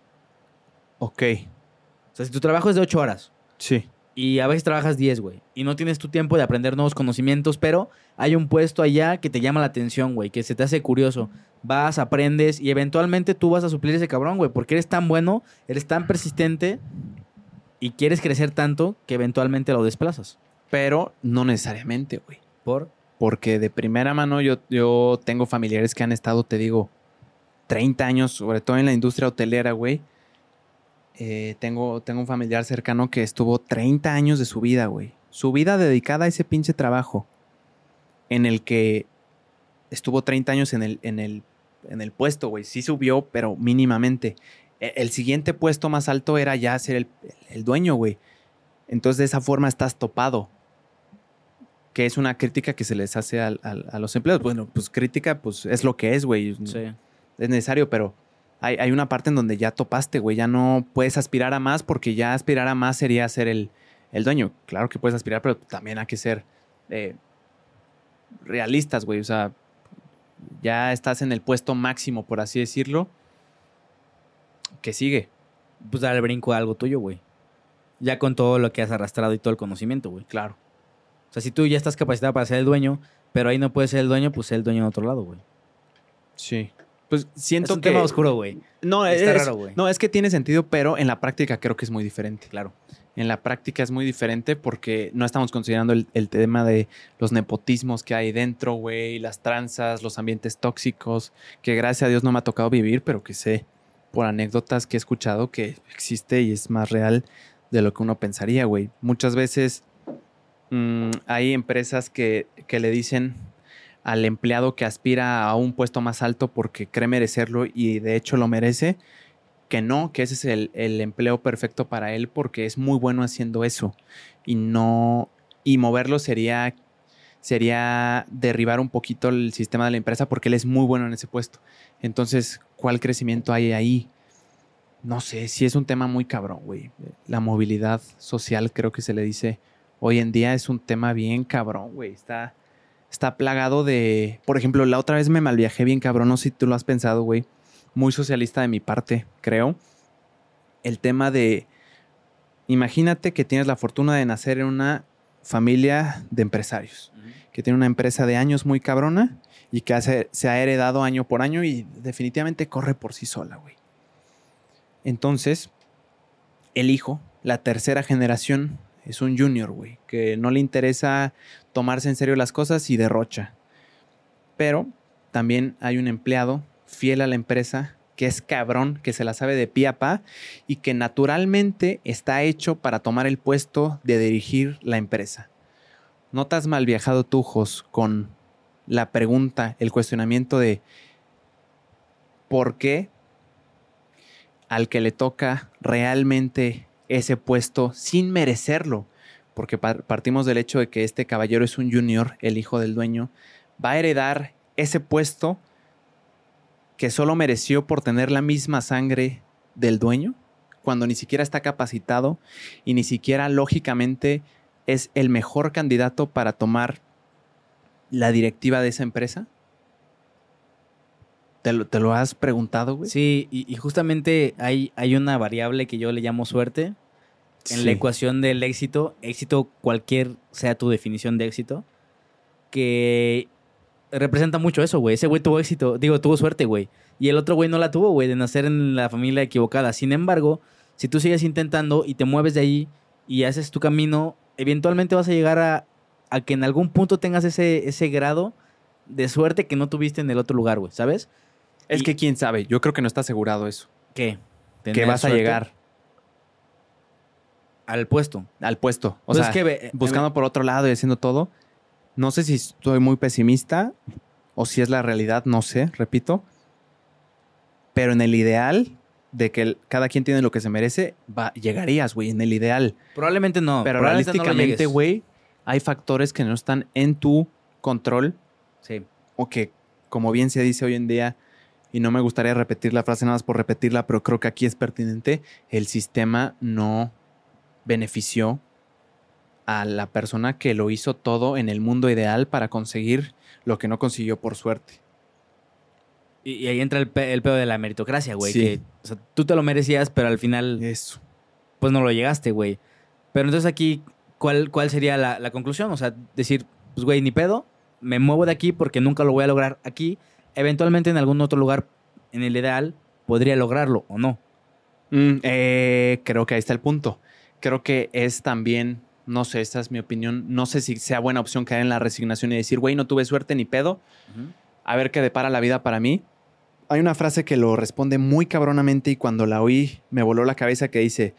Ok. O sea, si tu trabajo es de 8 horas. Sí. Y a veces trabajas 10, güey. Y no tienes tu tiempo de aprender nuevos conocimientos, pero hay un puesto allá que te llama la atención, güey, que se te hace curioso. Vas, aprendes y eventualmente tú vas a suplir ese cabrón, güey, porque eres tan bueno, eres tan persistente y quieres crecer tanto que eventualmente lo desplazas. Pero no necesariamente, güey. ¿Por? Porque de primera mano yo tengo familiares que han estado, te digo, 30 años, sobre todo en la industria hotelera, güey. Tengo un familiar cercano que estuvo 30 años de su vida, güey. Su vida dedicada a ese pinche trabajo. En el que estuvo 30 años en el puesto, güey. Sí subió, pero mínimamente. El siguiente puesto más alto era ya ser el dueño, güey. Entonces, de esa forma estás topado. Que es una crítica que se les hace a los empleados. Bueno, pues crítica, pues es lo que es, güey. Sí. Es necesario, pero hay una parte en donde ya topaste, güey. Ya no puedes aspirar a más, porque ya aspirar a más sería ser el dueño. Claro que puedes aspirar, pero también hay que ser realistas, güey. O sea, ya estás en el puesto máximo, por así decirlo. ¿Qué sigue? Pues dar el brinco a algo tuyo, güey. ya con todo lo que has arrastrado y todo el conocimiento, güey. Claro. O sea, si tú ya estás capacitado para ser el dueño, pero ahí no puedes ser el dueño, pues ser el dueño en otro lado, güey. Sí. Pues siento Es un que... tema oscuro, güey. No, Está raro, güey. No, es que tiene sentido, pero en la práctica creo que es muy diferente. Claro. En la práctica es muy diferente porque no estamos considerando el tema de los nepotismos que hay dentro, güey, las tranzas, los ambientes tóxicos, que gracias a Dios no me ha tocado vivir, pero que sé por anécdotas que he escuchado que existe y es más real de lo que uno pensaría, güey. Muchas veces hay empresas que le dicen al empleado que aspira a un puesto más alto porque cree merecerlo y de hecho lo merece, que no, que ese es el empleo perfecto para él porque es muy bueno haciendo eso y no, y moverlo sería derribar un poquito el sistema de la empresa porque él es muy bueno en ese puesto. Entonces, ¿cuál crecimiento hay ahí? No sé, sí es un tema muy cabrón, güey. La movilidad social, creo que se le dice hoy en día, es un tema bien cabrón, güey. Está plagado de... Por ejemplo, la otra vez me malviajé bien cabrón, no sé si tú lo has pensado, güey. Muy socialista de mi parte, creo. El tema de... Imagínate que tienes la fortuna de nacer en una familia de empresarios, que tiene una empresa de años muy cabrona y que se ha heredado año por año y definitivamente corre por sí sola, güey. Entonces, el hijo, la tercera generación, es un junior, güey, que no le interesa tomarse en serio las cosas y derrocha. Pero también hay un empleado fiel a la empresa que es cabrón, que se la sabe de pie a pa y que naturalmente está hecho para tomar el puesto de dirigir la empresa. ¿No te has mal viajado tú, Jos, con la pregunta, el cuestionamiento de por qué al que le toca realmente ese puesto sin merecerlo? Porque partimos del hecho de que este caballero es un junior, el hijo del dueño, va a heredar ese puesto que solo mereció por tener la misma sangre del dueño, cuando ni siquiera está capacitado y ni siquiera lógicamente es el mejor candidato para tomar la directiva de esa empresa. ¿Te lo has preguntado, güey? Sí, y justamente hay una variable que yo le llamo suerte en la ecuación del éxito, cualquier sea tu definición de éxito, que representa mucho eso, güey. Ese güey tuvo éxito, tuvo suerte, güey. Y el otro güey no la tuvo, güey, de nacer en la familia equivocada. Sin embargo, si tú sigues intentando y te mueves de ahí y haces tu camino, eventualmente vas a llegar a que en algún punto tengas ese grado de suerte que no tuviste en el otro lugar, güey, ¿sabes? Es que quién sabe, yo creo que no está asegurado eso. ¿Qué? Que vas a llegar al puesto. Al puesto. O Pues sea, es que buscando por otro lado y haciendo todo. No sé si estoy muy pesimista o si es la realidad, no sé, repito. Pero en el ideal de que cada quien tiene lo que se merece, llegarías, güey, en el ideal. Probablemente no. Pero probablemente realísticamente, güey, hay factores que no están en tu control. Sí. O que, como bien se dice hoy en día, y no me gustaría repetir la frase nada más por repetirla, pero creo que aquí es pertinente, el sistema no benefició a la persona que lo hizo todo en el mundo ideal para conseguir lo que no consiguió por suerte. Y ahí entra el pedo de la meritocracia, güey. Sí. Que, o sea, tú te lo merecías, pero al final, Eso. pues no lo llegaste, güey. Pero entonces aquí, ¿cuál sería la conclusión? O sea, decir, pues, güey, ni pedo, me muevo de aquí porque nunca lo voy a lograr aquí. Eventualmente en algún otro lugar, en el ideal, podría lograrlo o no. Creo que ahí está el punto. Creo que es también, no sé, esta es mi opinión, no sé si sea buena opción caer en la resignación y decir, güey, no tuve suerte ni pedo, a ver qué depara la vida para mí. Hay una frase que lo responde muy cabronamente y cuando la oí me voló la cabeza que dice,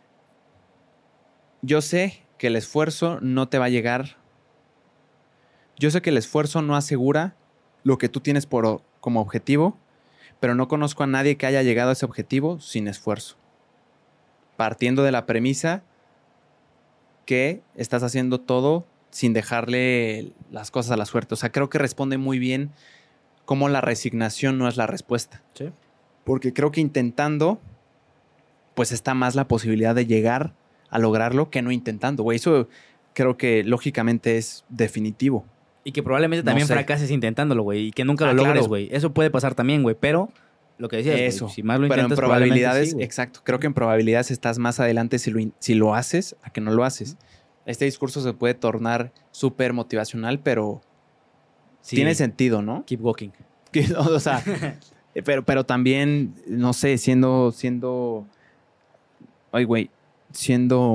yo sé que el esfuerzo no te va a llegar, yo sé que el esfuerzo no asegura lo que tú tienes como objetivo, pero no conozco a nadie que haya llegado a ese objetivo sin esfuerzo. Partiendo de la premisa que estás haciendo todo sin dejarle las cosas a la suerte. O sea, creo que responde muy bien cómo la resignación no es la respuesta. Sí. Porque creo que intentando, pues está más la posibilidad de llegar a lograrlo que no intentando, güey. Eso creo que lógicamente es definitivo. Y que probablemente también fracases intentándolo, güey. Y que nunca lo logres, güey. Eso puede pasar también, güey. Pero Lo que decías, güey, Eso. si más lo Pero en intentas, probablemente probabilidades, sí, güey. exacto. Creo que en probabilidades estás más adelante si lo haces a que no lo haces. Este discurso se puede tornar súper motivacional, pero Sí, tiene sentido, ¿no? keep walking. O sea, pero también, no sé, ay, güey, siendo,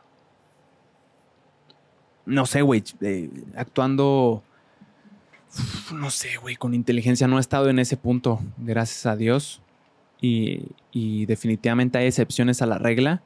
no sé, güey, actuando, no sé, güey, con inteligencia. No he estado en ese punto, gracias a Dios. Y definitivamente hay excepciones a la regla.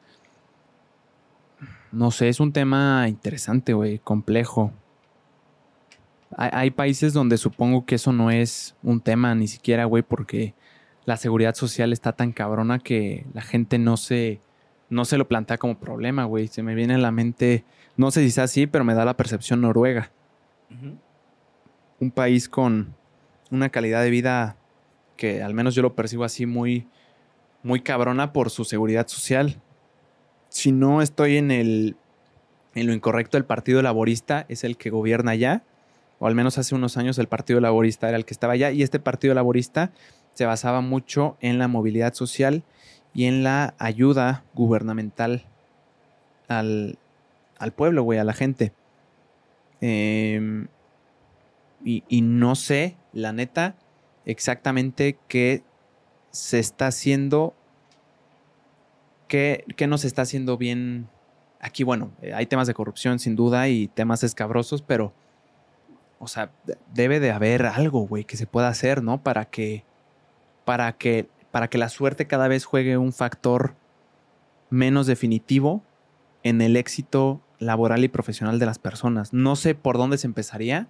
No sé, es un tema interesante, güey, complejo. Hay países donde supongo que eso no es un tema ni siquiera, güey, porque la seguridad social está tan cabrona que la gente no se lo plantea como problema, güey. Se me viene a la mente, no sé si es así, pero me da la percepción Noruega. Ujú. Un país con una calidad de vida que al menos yo lo percibo así muy, muy cabrona por su seguridad social. Si no estoy en lo incorrecto, el Partido Laborista es el que gobierna allá, o al menos hace unos años el Partido Laborista era el que estaba allá, y este Partido Laborista se basaba mucho en la movilidad social y en la ayuda gubernamental al, al pueblo, güey, a la gente. Y no sé, la neta, exactamente qué se está haciendo, qué no se está haciendo bien. Aquí, bueno, hay temas de corrupción sin duda y temas escabrosos, pero, o sea, debe de haber algo, güey, que se pueda hacer, ¿no? Para que la suerte cada vez juegue un factor menos definitivo en el éxito laboral y profesional de las personas. No sé por dónde se empezaría,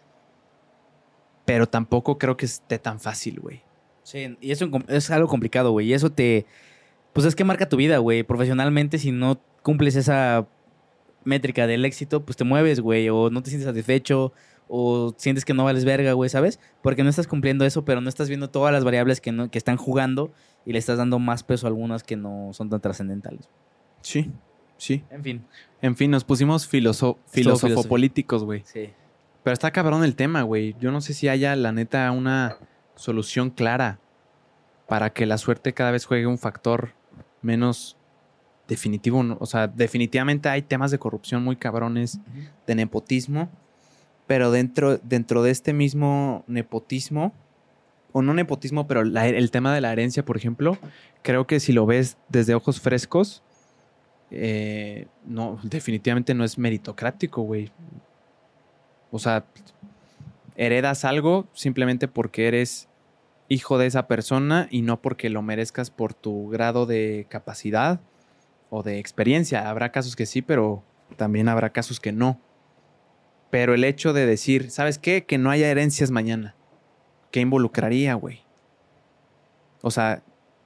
pero tampoco creo que esté tan fácil, güey. Sí, y eso es algo complicado, güey. Y eso pues es que marca tu vida, güey. Profesionalmente, si no cumples esa métrica del éxito, pues te mueves, güey. O no te sientes satisfecho, o sientes que no vales verga, güey, ¿sabes? Porque no estás cumpliendo eso, pero no estás viendo todas las variables que están jugando y le estás dando más peso a algunas que no son tan trascendentales. Sí, sí. En fin. En fin, nos pusimos filosofopolíticos, güey. Sí. Pero está cabrón el tema, güey. Yo no sé si haya, la neta, una solución clara para que la suerte cada vez juegue un factor menos definitivo. ¿No? O sea, definitivamente hay temas de corrupción muy cabrones, de nepotismo, pero dentro de este mismo nepotismo, o no nepotismo, pero el tema de la herencia, por ejemplo, creo que si lo ves desde ojos frescos, no, definitivamente no es meritocrático, güey. O sea, heredas algo simplemente porque eres hijo de esa persona y no porque lo merezcas por tu grado de capacidad o de experiencia. Habrá casos que sí, pero también habrá casos que no. Pero el hecho de decir, ¿sabes qué? Que no haya herencias mañana. ¿Qué involucraría, güey? O sea,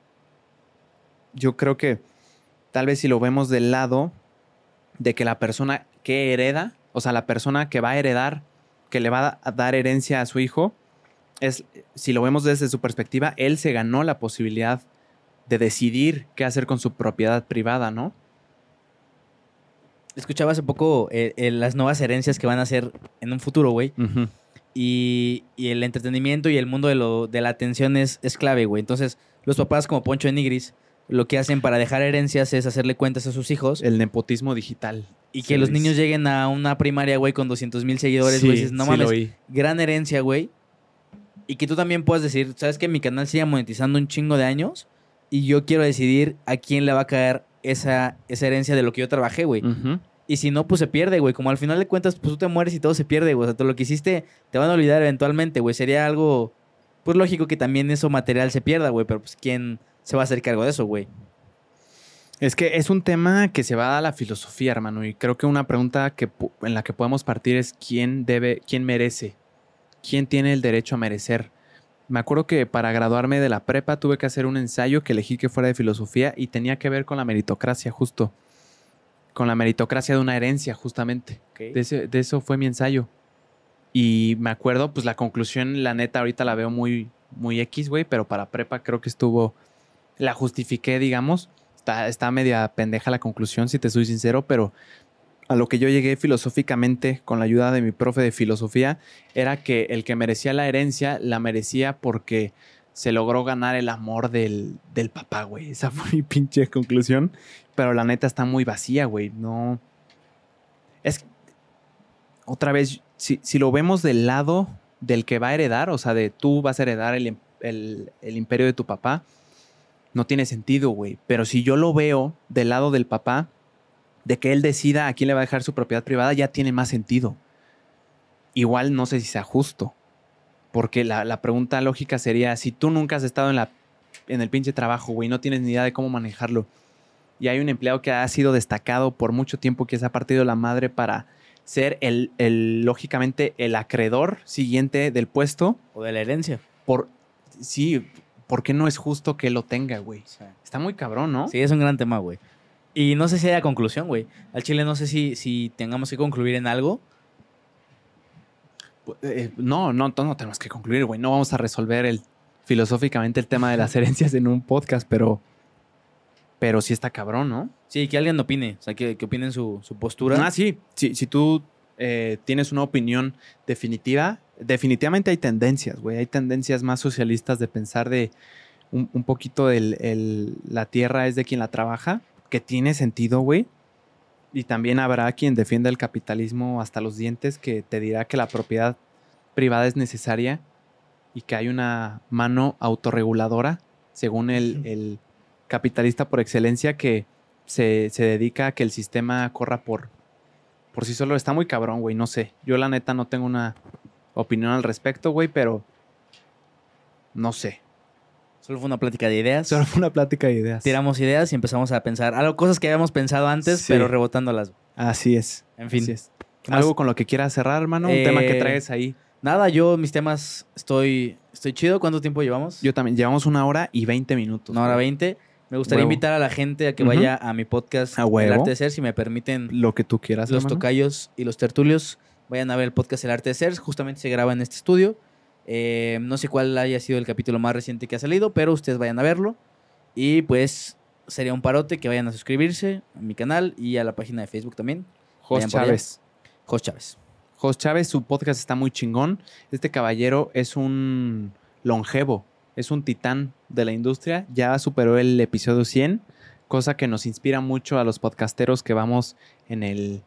yo creo que tal vez si lo vemos del lado de que la persona que hereda, o sea, la persona que va a heredar, que le va a dar herencia a su hijo, es, si lo vemos desde su perspectiva, él se ganó la posibilidad de decidir qué hacer con su propiedad privada, ¿no? Escuchaba hace poco las nuevas herencias que van a hacer en un futuro, güey. Uh-huh. Y el entretenimiento y el mundo de la atención es clave, güey. Entonces, los papás como Poncho de Nigris, lo que hacen para dejar herencias es hacerle cuentas a sus hijos. El nepotismo digital. Y que los niños lleguen a una primaria, güey, con 200,000 seguidores, güey. Sí, Dices, no sí mames, lo vi. gran herencia, güey. Y que tú también puedas decir, ¿sabes qué? Mi canal sigue monetizando un chingo de años y yo quiero decidir a quién le va a caer esa herencia de lo que yo trabajé, güey. Uh-huh. Y si no, pues se pierde, güey. Como al final de cuentas, pues tú te mueres y todo se pierde, güey. O sea, todo lo que hiciste te van a olvidar eventualmente, güey. Sería algo, pues lógico que también eso material se pierda, güey. Pero pues ¿quién se va a hacer cargo de eso, güey? Es que es un tema que se va a la filosofía, hermano. Y creo que una pregunta en la que podemos partir es quién merece. ¿Quién tiene el derecho a merecer? Me acuerdo que para graduarme de la prepa tuve que hacer un ensayo que elegí que fuera de filosofía y tenía que ver con la meritocracia, justo. Con la meritocracia de una herencia, justamente. Okay. De eso fue mi ensayo. Y me acuerdo, pues la conclusión, la neta, ahorita la veo muy, muy X, güey, pero para prepa creo que la justifiqué, digamos. Está media pendeja la conclusión, si te soy sincero, pero a lo que yo llegué filosóficamente con la ayuda de mi profe de filosofía era que el que merecía la herencia la merecía porque se logró ganar el amor del papá, güey. Esa fue mi pinche conclusión. Pero la neta está muy vacía, güey. No. Es. Otra vez, si lo vemos del lado del que va a heredar, o sea, de tú vas a heredar el imperio de tu papá, no tiene sentido, güey. Pero si yo lo veo del lado del papá, de que él decida a quién le va a dejar su propiedad privada, ya tiene más sentido. Igual no sé si sea justo. Porque la pregunta lógica sería, si tú nunca has estado en el pinche trabajo, güey, no tienes ni idea de cómo manejarlo, y hay un empleado que ha sido destacado por mucho tiempo, que se ha partido la madre para ser lógicamente, el acreedor siguiente del puesto. O de la herencia. Sí, ¿por qué no es justo que lo tenga, güey? Sí. Está muy cabrón, ¿no? Sí, es un gran tema, güey. Y no sé si haya conclusión, güey. Al chile no sé si tengamos que concluir en algo. No tenemos que concluir, güey. No vamos a resolver filosóficamente el tema de las herencias en un podcast, pero sí está cabrón, ¿no? Sí, que alguien opine. O sea, que opinen su postura. Sí. Si tú tienes una opinión definitiva, definitivamente hay tendencias, güey. Hay tendencias más socialistas de pensar de un poquito la tierra es de quien la trabaja, que tiene sentido, güey. Y también habrá quien defienda el capitalismo hasta los dientes, que te dirá que la propiedad privada es necesaria y que hay una mano autorreguladora, según el capitalista por excelencia, que se dedica a que el sistema corra por sí solo. Está muy cabrón, güey, no sé. Yo la neta no tengo una opinión al respecto, güey, pero no sé. Solo fue una plática de ideas. Solo fue una plática de ideas. Tiramos ideas y empezamos a pensar cosas que habíamos pensado antes, sí, pero rebotándolas. Así es. En fin. Así es. ¿Algo con lo que quieras cerrar, hermano? Un tema que traes ahí. Nada, mis temas estoy chido. ¿Cuánto tiempo llevamos? Yo también. Llevamos 1 hora y 20 minutos. 1 hora 20. Me gustaría invitar a la gente a que vaya a mi podcast El Arte de Ser, si me permiten. Lo que tú quieras, Los tocayos y los tertulios. Vayan a ver el podcast El Arte de Ser. Justamente se graba en este estudio. No sé cuál haya sido el capítulo más reciente que ha salido, pero ustedes vayan a verlo. Y pues sería un parote que vayan a suscribirse a mi canal y a la página de Facebook también. Jos Chávez. Jos Chávez, su podcast está muy chingón. Este caballero es un longevo, es un titán de la industria. Ya superó el episodio 100, cosa que nos inspira mucho a los podcasteros que vamos en el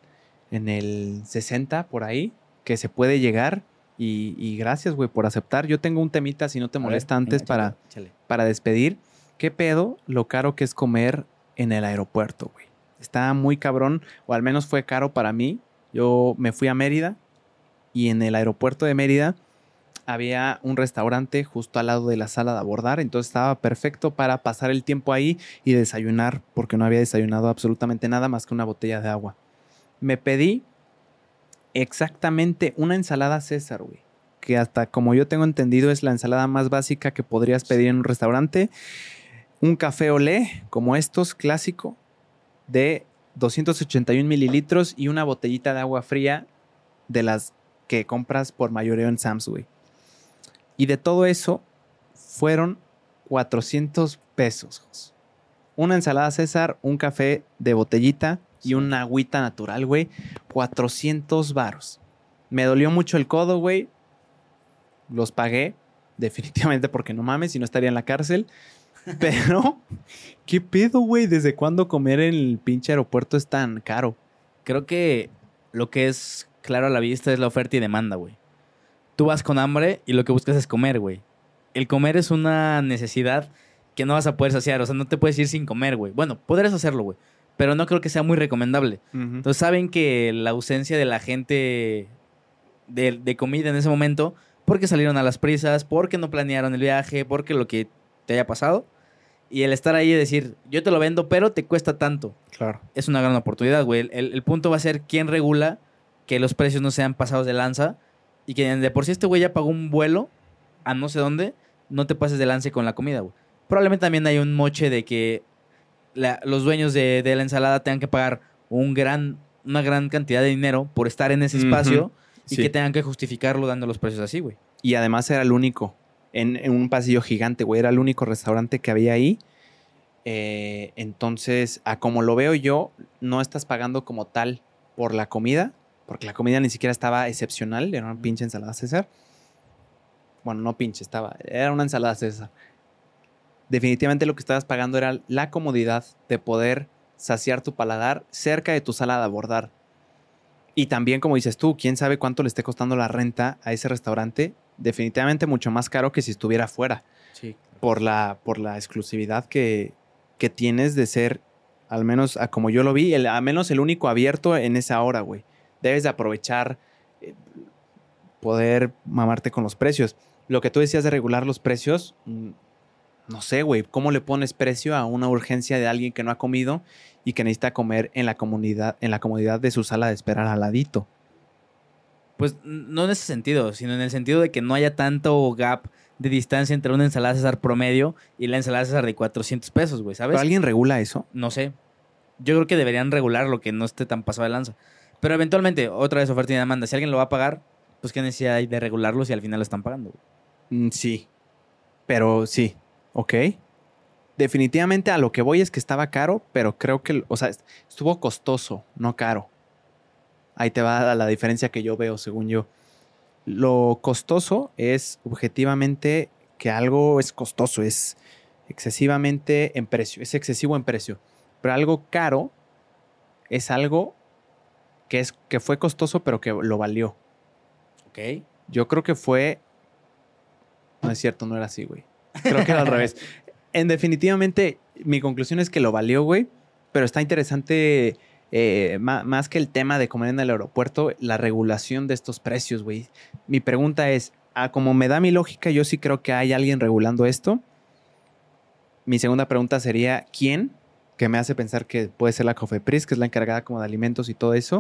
60 por ahí, que se puede llegar. Y gracias, güey, por aceptar. Yo tengo un temita, si no te molesta, antes para despedir. ¿Qué pedo lo caro que es comer en el aeropuerto, güey? Está muy cabrón, o al menos fue caro para mí. Yo me fui a Mérida y en el aeropuerto de Mérida había un restaurante justo al lado de la sala de abordar. Entonces estaba perfecto para pasar el tiempo ahí y desayunar, porque no había desayunado absolutamente nada más que una botella de agua. Me pedí exactamente una ensalada César, güey. Que hasta como yo tengo entendido es la ensalada más básica que podrías pedir en un restaurante. Un café olé, como estos, clásico, de 281 mililitros y una botellita de agua fría de las que compras por mayoreo en Sam's, güey. Y de todo eso fueron 400 pesos. Una ensalada César, un café de botellita y una agüita natural, güey. 400 varos. Me dolió mucho el codo, güey. Los pagué, definitivamente, porque no mames, si no estaría en la cárcel. Pero, ¿qué pedo, güey? ¿Desde cuándo comer en el pinche aeropuerto es tan caro? Creo que lo que es claro a la vista es la oferta y demanda, güey. Tú vas con hambre y lo que buscas es comer, güey. El comer es una necesidad que no vas a poder saciar. O sea, no te puedes ir sin comer, güey. Bueno, podrías hacerlo, güey. Pero no creo que sea muy recomendable. Entonces saben que la ausencia de la gente de comida en ese momento, porque salieron a las prisas, porque no planearon el viaje, porque lo que te haya pasado, y el estar ahí y decir, yo te lo vendo, pero te cuesta tanto. Claro. Es una gran oportunidad, güey. El punto va a ser quién regula que los precios no sean pasados de lanza y que de por sí este güey ya pagó un vuelo a no sé dónde, no te pases de lance con la comida, güey. Probablemente también hay un moche de que los dueños de la ensalada tengan que pagar una gran cantidad de dinero por estar en ese espacio y que tengan que justificarlo dando los precios así, güey. Y además era el único, en un pasillo gigante, güey. Era el único restaurante que había ahí. Entonces, a como lo veo yo, no estás pagando como tal por la comida, porque la comida ni siquiera estaba excepcional, era una pinche ensalada César. Bueno, no pinche, era una ensalada César. Definitivamente lo que estabas pagando era la comodidad de poder saciar tu paladar cerca de tu sala de abordar. Y también, como dices tú, quién sabe cuánto le esté costando la renta a ese restaurante. Definitivamente mucho más caro que si estuviera fuera. Sí. Por la exclusividad que tienes de ser, al menos a como yo lo vi, al menos el único abierto en esa hora, güey. Debes de aprovechar, poder mamarte con los precios. Lo que tú decías de regular los precios, no sé, güey, ¿cómo le pones precio a una urgencia de alguien que no ha comido y que necesita comer en la comodidad de su sala de esperar al ladito? Pues no en ese sentido, sino en el sentido de que no haya tanto gap de distancia entre una ensalada César promedio y la ensalada César de 400 pesos, güey, ¿Pero ¿sabes? alguien regula eso? No sé. Yo creo que deberían regular lo que no esté tan pasado de lanza. Pero eventualmente, otra vez oferta y demanda. Si alguien lo va a pagar, pues qué necesidad hay de regularlo si al final lo están pagando, güey. Sí, pero sí, ok. Definitivamente a lo que voy es que estaba caro, pero creo que, o sea, estuvo costoso, no caro. Ahí te va la diferencia que yo veo, según yo. Lo costoso es objetivamente que algo es costoso, es excesivamente en precio, es excesivo en precio. Pero algo caro es algo que fue costoso, pero que lo valió. Ok. Yo creo que fue... No es cierto, no era así, güey. Creo que era al revés. Definitivamente, mi conclusión es que lo valió, güey. Pero está interesante, más que el tema de comer en el aeropuerto, la regulación de estos precios, güey. Mi pregunta es, como me da mi lógica, yo sí creo que hay alguien regulando esto. Mi segunda pregunta sería, ¿quién? Que me hace pensar que puede ser la Cofepris, que es la encargada como de alimentos y todo eso.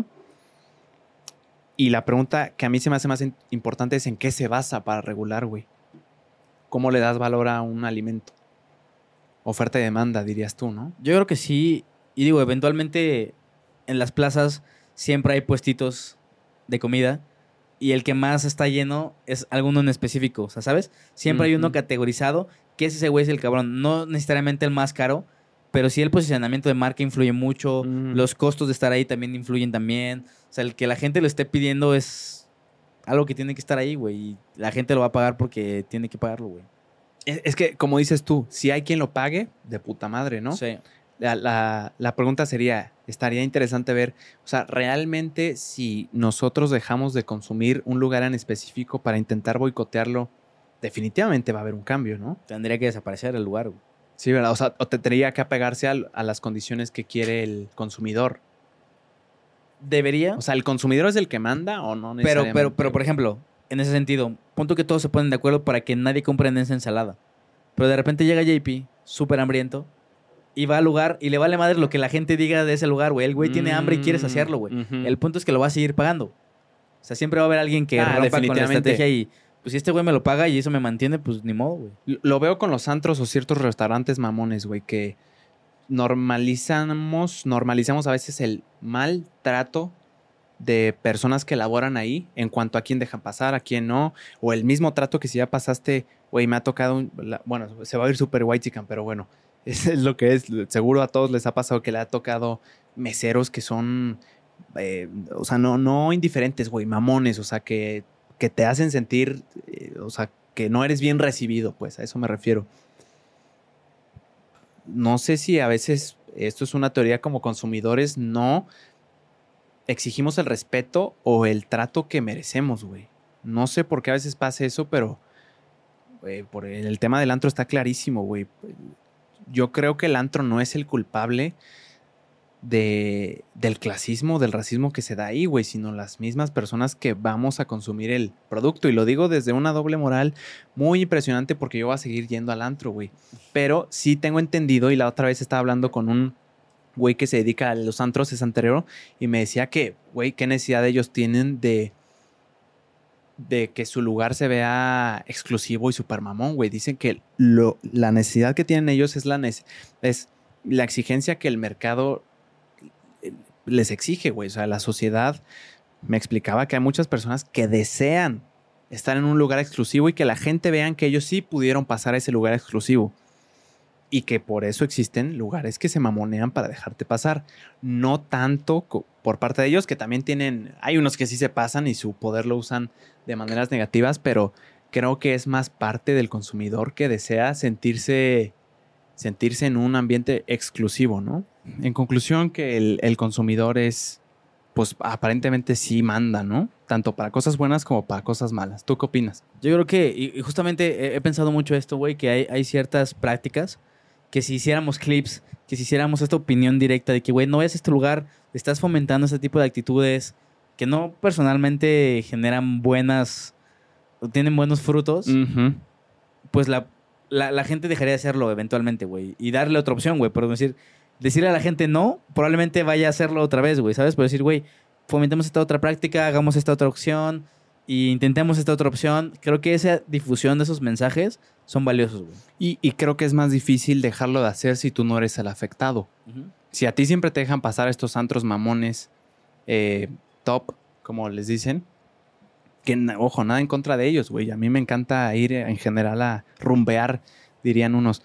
Y la pregunta que a mí se me hace más importante es en qué se basa para regular, güey. ¿Cómo le das valor a un alimento? Oferta y demanda, dirías tú, ¿no? Yo creo que sí. Y digo, eventualmente en las plazas siempre hay puestitos de comida y el que más está lleno es alguno en específico, o sea, ¿sabes? Siempre hay uno categorizado que ese güey es el cabrón. No necesariamente el más caro, pero sí el posicionamiento de marca influye mucho. Los costos de estar ahí también influyen también. O sea, el que la gente lo esté pidiendo es algo que tiene que estar ahí, güey. Y la gente lo va a pagar porque tiene que pagarlo, güey. Es que, como dices tú, si hay quien lo pague, de puta madre, ¿no? Sí. La pregunta sería, estaría interesante ver, o sea, realmente si nosotros dejamos de consumir un lugar en específico para intentar boicotearlo, definitivamente va a haber un cambio, ¿no? Tendría que desaparecer el lugar, güey. Sí, ¿verdad? O sea, o tendría que apegarse a las condiciones que quiere el consumidor. Debería. O sea, ¿el consumidor es el que manda o no necesariamente? Pero, por ejemplo, en ese sentido, punto que todos se ponen de acuerdo para que nadie compre en esa ensalada. Pero de repente llega JP, súper hambriento, y va al lugar y le vale madre lo que la gente diga de ese lugar, güey. El güey tiene hambre y quiere saciarlo, güey. El punto es que lo va a seguir pagando. O sea, siempre va a haber alguien que rompa con la estrategia y, pues, si este güey me lo paga y eso me mantiene, pues, ni modo, güey. Lo veo con los antros o ciertos restaurantes mamones, güey, que normalizamos a veces el maltrato de personas que laboran ahí en cuanto a quién dejan pasar, a quién no, o el mismo trato que si ya pasaste, güey, me ha tocado, bueno, se va a ir súper white chicken, pero bueno, es lo que es, seguro a todos les ha pasado que le ha tocado meseros que son, o sea, no indiferentes, güey, mamones, o sea, que te hacen sentir, o sea, que no eres bien recibido, pues, a eso me refiero. No sé si a veces esto es una teoría como consumidores, no exigimos el respeto o el trato que merecemos, güey. No sé por qué a veces pasa eso, pero por el tema del antro está clarísimo, güey. Yo creo que el antro no es el culpable del clasismo, del racismo que se da ahí, güey, sino las mismas personas que vamos a consumir el producto. Y lo digo desde una doble moral muy impresionante porque yo voy a seguir yendo al antro, güey. Pero sí tengo entendido, y la otra vez estaba hablando con un güey que se dedica a los antros de Santerero y me decía que, güey, qué necesidad ellos tienen de que su lugar se vea exclusivo y super mamón, güey. Dicen que la necesidad que tienen ellos es es la exigencia que el mercado les exige, güey. O sea, la sociedad me explicaba que hay muchas personas que desean estar en un lugar exclusivo y que la gente vean que ellos sí pudieron pasar a ese lugar exclusivo. Y que por eso existen lugares que se mamonean para dejarte pasar. No tanto por parte de ellos, que también hay unos que sí se pasan y su poder lo usan de maneras negativas, pero creo que es más parte del consumidor que desea sentirse en un ambiente exclusivo, ¿no? En conclusión, que el consumidor es, pues aparentemente sí manda, ¿no? Tanto para cosas buenas como para cosas malas. ¿Tú qué opinas? Yo creo que, y justamente he pensado mucho esto, güey, que hay ciertas prácticas que si hiciéramos clips, que si hiciéramos esta opinión directa de que, güey, no vayas a este lugar, estás fomentando este tipo de actitudes que no personalmente generan buenas, o tienen buenos frutos, pues la gente dejaría de hacerlo eventualmente, güey. Y darle otra opción, güey. Por decirle a la gente no, probablemente vaya a hacerlo otra vez, güey, ¿sabes? Por decir, güey, fomentemos esta otra práctica, hagamos esta otra opción y intentemos esta otra opción. Creo que esa difusión de esos mensajes son valiosos, güey. Y creo que es más difícil dejarlo de hacer si tú no eres el afectado. Si a ti siempre te dejan pasar estos antros mamones top, como les dicen, que, ojo, nada en contra de ellos, güey. A mí me encanta ir en general a rumbear, dirían unos.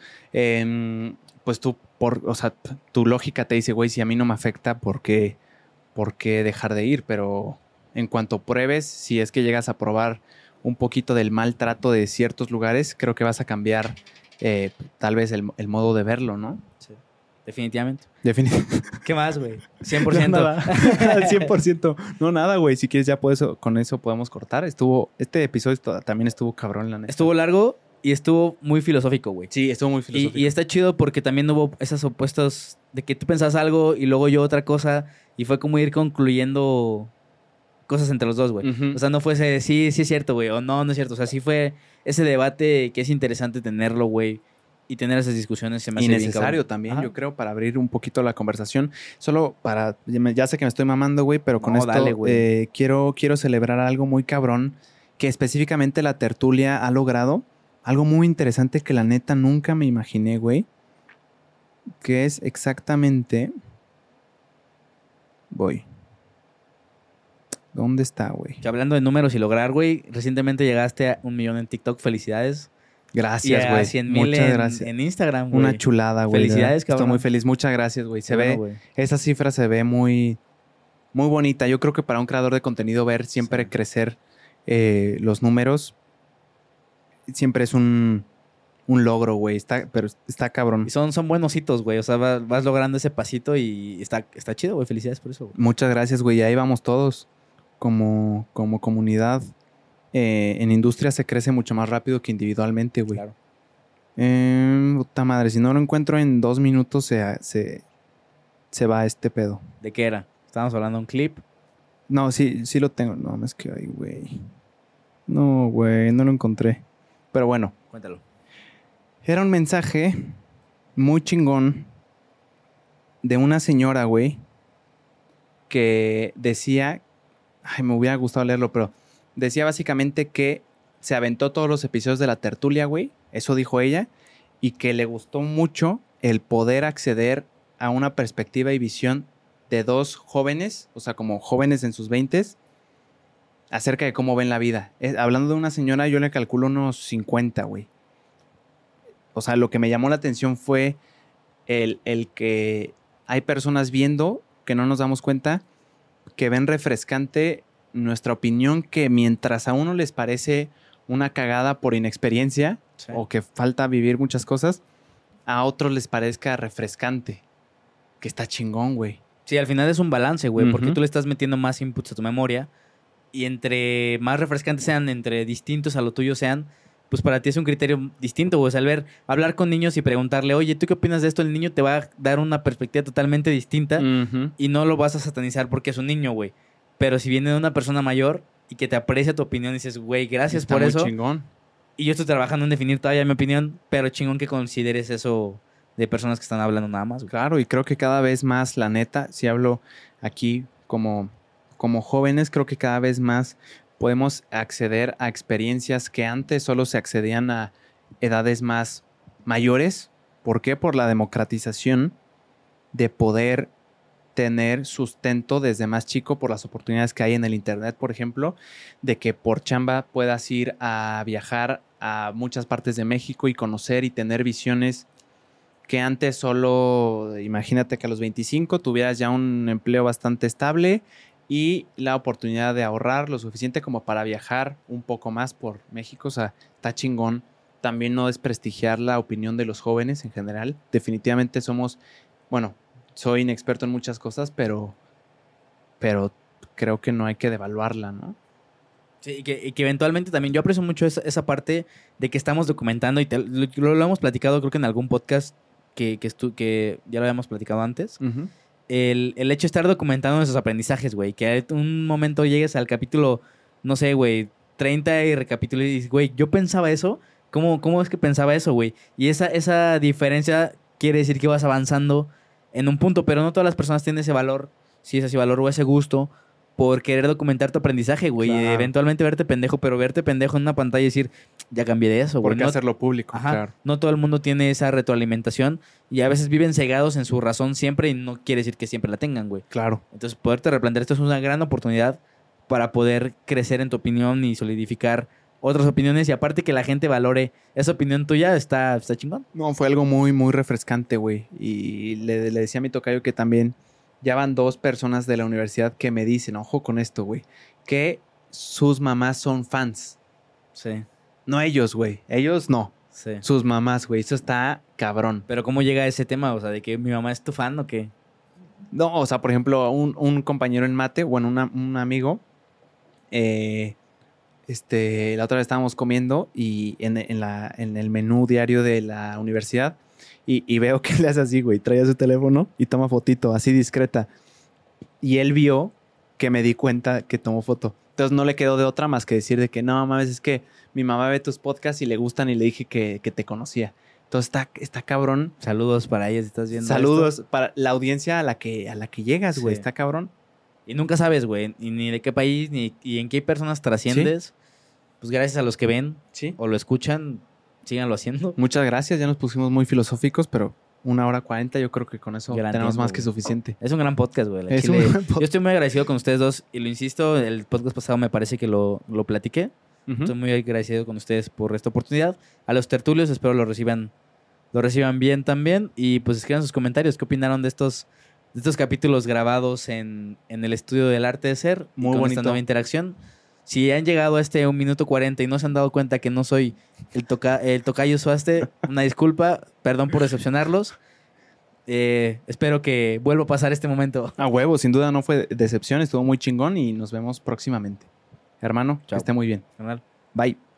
Pues tú, o sea, tu lógica te dice, güey, si a mí no me afecta, ¿por qué dejar de ir? Pero en cuanto pruebes, si es que llegas a probar un poquito del maltrato de ciertos lugares, creo que vas a cambiar tal vez el modo de verlo, ¿no? Sí. Definitivamente. ¿Qué más, güey? 100%. No, nada. 100%. No, nada, güey. Si quieres ya con eso podemos cortar. Este episodio también estuvo cabrón, la neta. Estuvo largo y estuvo muy filosófico, güey. Sí, estuvo muy filosófico. Y está chido porque también hubo esos opuestos de que tú pensabas algo y luego yo otra cosa y fue como ir concluyendo cosas entre los dos, güey. O sea, no fuese sí es cierto, güey, o no es cierto. O sea, sí fue ese debate que es interesante tenerlo, güey. Y tener esas discusiones se me hace bien necesario también, yo creo, para abrir un poquito la conversación. Solo para... Ya sé que me estoy mamando, güey, pero con esto dale, quiero celebrar algo muy cabrón que específicamente la tertulia ha logrado. Algo muy interesante que la neta nunca me imaginé, güey. Que es exactamente... ¿Dónde está, güey? Que hablando de números y lograr, güey, recientemente llegaste a 1 millón en TikTok. Felicidades. Gracias, güey. 100,000 en Instagram, güey. Una chulada, güey. Felicidades, cabrón. Estoy muy feliz. Muchas gracias, güey. Esa cifra se ve muy, muy bonita. Yo creo que para un creador de contenido ver siempre crecer los números siempre es un logro, güey. Pero está cabrón. Y son buenos hitos, güey. O sea, vas logrando ese pasito y está chido, güey. Felicidades por eso, güey. Muchas gracias, güey. Y ahí vamos todos como comunidad. En industria se crece mucho más rápido que individualmente, güey. Claro. Puta madre, si no lo encuentro en 2 minutos se va este pedo. ¿De qué era? ¿Estábamos hablando de un clip? No, sí lo tengo. No, es que, ay, güey. No, güey, no lo encontré. Pero bueno. Cuéntalo. Era un mensaje muy chingón de una señora, güey, que decía... Ay, me hubiera gustado leerlo, pero... Decía básicamente que se aventó todos los episodios de la tertulia, güey. Eso dijo ella. Y que le gustó mucho el poder acceder a una perspectiva y visión de 2 jóvenes, o sea, como jóvenes en sus 20s, acerca de cómo ven la vida. Hablando de una señora, yo le calculo unos 50, güey. O sea, lo que me llamó la atención fue el que hay personas viendo, que no nos damos cuenta, que ven refrescante nuestra opinión, que mientras a uno les parece una cagada por inexperiencia o que falta vivir muchas cosas, a otros les parezca refrescante. Que está chingón, güey. Sí, al final es un balance, güey, porque tú le estás metiendo más inputs a tu memoria y entre más refrescantes sean, entre distintos a lo tuyo sean, pues para ti es un criterio distinto, güey. O sea, hablar con niños y preguntarle, oye, ¿tú qué opinas de esto? El niño te va a dar una perspectiva totalmente distinta y no lo vas a satanizar porque es un niño, güey. Pero si viene de una persona mayor y que te aprecia tu opinión y dices, güey, gracias por eso. Chingón. Y yo estoy trabajando en definir todavía mi opinión, pero chingón que consideres eso de personas que están hablando nada más, güey. Claro, y creo que cada vez más, la neta, si hablo aquí como jóvenes, creo que cada vez más podemos acceder a experiencias que antes solo se accedían a edades más mayores. ¿Por qué? Por la democratización de poder tener sustento desde más chico por las oportunidades que hay en el internet, por ejemplo, de que por chamba puedas ir a viajar a muchas partes de México y conocer y tener visiones que antes solo, imagínate que a los 25 tuvieras ya un empleo bastante estable y la oportunidad de ahorrar lo suficiente como para viajar un poco más por México. O sea, está chingón. También no desprestigiar la opinión de los jóvenes en general. Definitivamente bueno, soy inexperto en muchas cosas, pero creo que no hay que devaluarla, ¿no? Sí, y que eventualmente también yo aprecio mucho esa parte de que estamos documentando y lo hemos platicado creo que en algún podcast que ya lo habíamos platicado antes. Uh-huh. El hecho de estar documentando nuestros aprendizajes, güey. Que un momento llegues al capítulo, no sé, güey, 30 y recapitules y dices, güey, yo pensaba eso. ¿Cómo es que pensaba eso, güey? Y esa diferencia quiere decir que vas avanzando en un punto, pero no todas las personas tienen ese valor, si es así, valor o ese gusto por querer documentar tu aprendizaje, güey. Claro. Y eventualmente verte pendejo, pero verte pendejo en una pantalla y decir, ya cambié de eso, güey. ¿Por qué hacerlo público? Ajá, Claro. no todo el mundo tiene esa retroalimentación y a veces viven cegados en su razón siempre y no quiere decir que siempre la tengan, güey. Claro. Entonces, poderte replantear esto es una gran oportunidad para poder crecer en tu opinión y solidificar otras opiniones y aparte que la gente valore esa opinión tuya, está chingón. No, fue algo muy, muy refrescante, güey. Y le decía a mi tocayo que también ya van 2 personas de la universidad que me dicen, ojo con esto, güey, que sus mamás son fans. Sí, No ellos, güey. Ellos no. sí. Sus mamás, güey. Eso está cabrón. Pero ¿cómo llega a ese tema? O sea, ¿de que mi mamá es tu fan o qué? No, o sea, por ejemplo, un compañero en mate, bueno, un amigo, la otra vez estábamos comiendo y en el menú diario de la universidad y veo que le hace así, güey, trae su teléfono y toma fotito, así discreta. Y él vio que me di cuenta que tomó foto. Entonces no le quedó de otra más que decir de que no, mames, es que mi mamá ve tus podcasts y le gustan y le dije que te conocía. Entonces está cabrón. Saludos para ella si estás viendo Saludos esto. para la audiencia a la que llegas, güey. Sí. Está cabrón. Y nunca sabes, güey, ni de qué país, ni y en qué personas trasciendes. Pues gracias a los que ven Sí. o lo escuchan, síganlo haciendo. Muchas gracias. Ya nos pusimos muy filosóficos, pero 1 hora 40 yo creo que con eso Gran tenemos tiempo, más que güey. suficiente. Es un gran podcast, güey. Es Chile. un gran podcast. Yo estoy muy agradecido con ustedes dos y lo insisto, el podcast pasado me parece que lo platiqué. Ujú. Estoy muy agradecido con ustedes por esta oportunidad. A los tertulios espero lo reciban bien también y pues escriban sus comentarios. ¿Qué opinaron de estos capítulos grabados en el estudio del arte de ser? Y Muy con bonito. esta nueva interacción. Si han llegado a 1 minuto 40 y no se han dado cuenta que no soy el tocayo Suaste, una disculpa, perdón por decepcionarlos. Espero que vuelva a pasar este momento. A huevo, sin duda no fue decepción, estuvo muy chingón y nos vemos próximamente. Hermano, que Chao. esté muy bien. Carnal. Bye.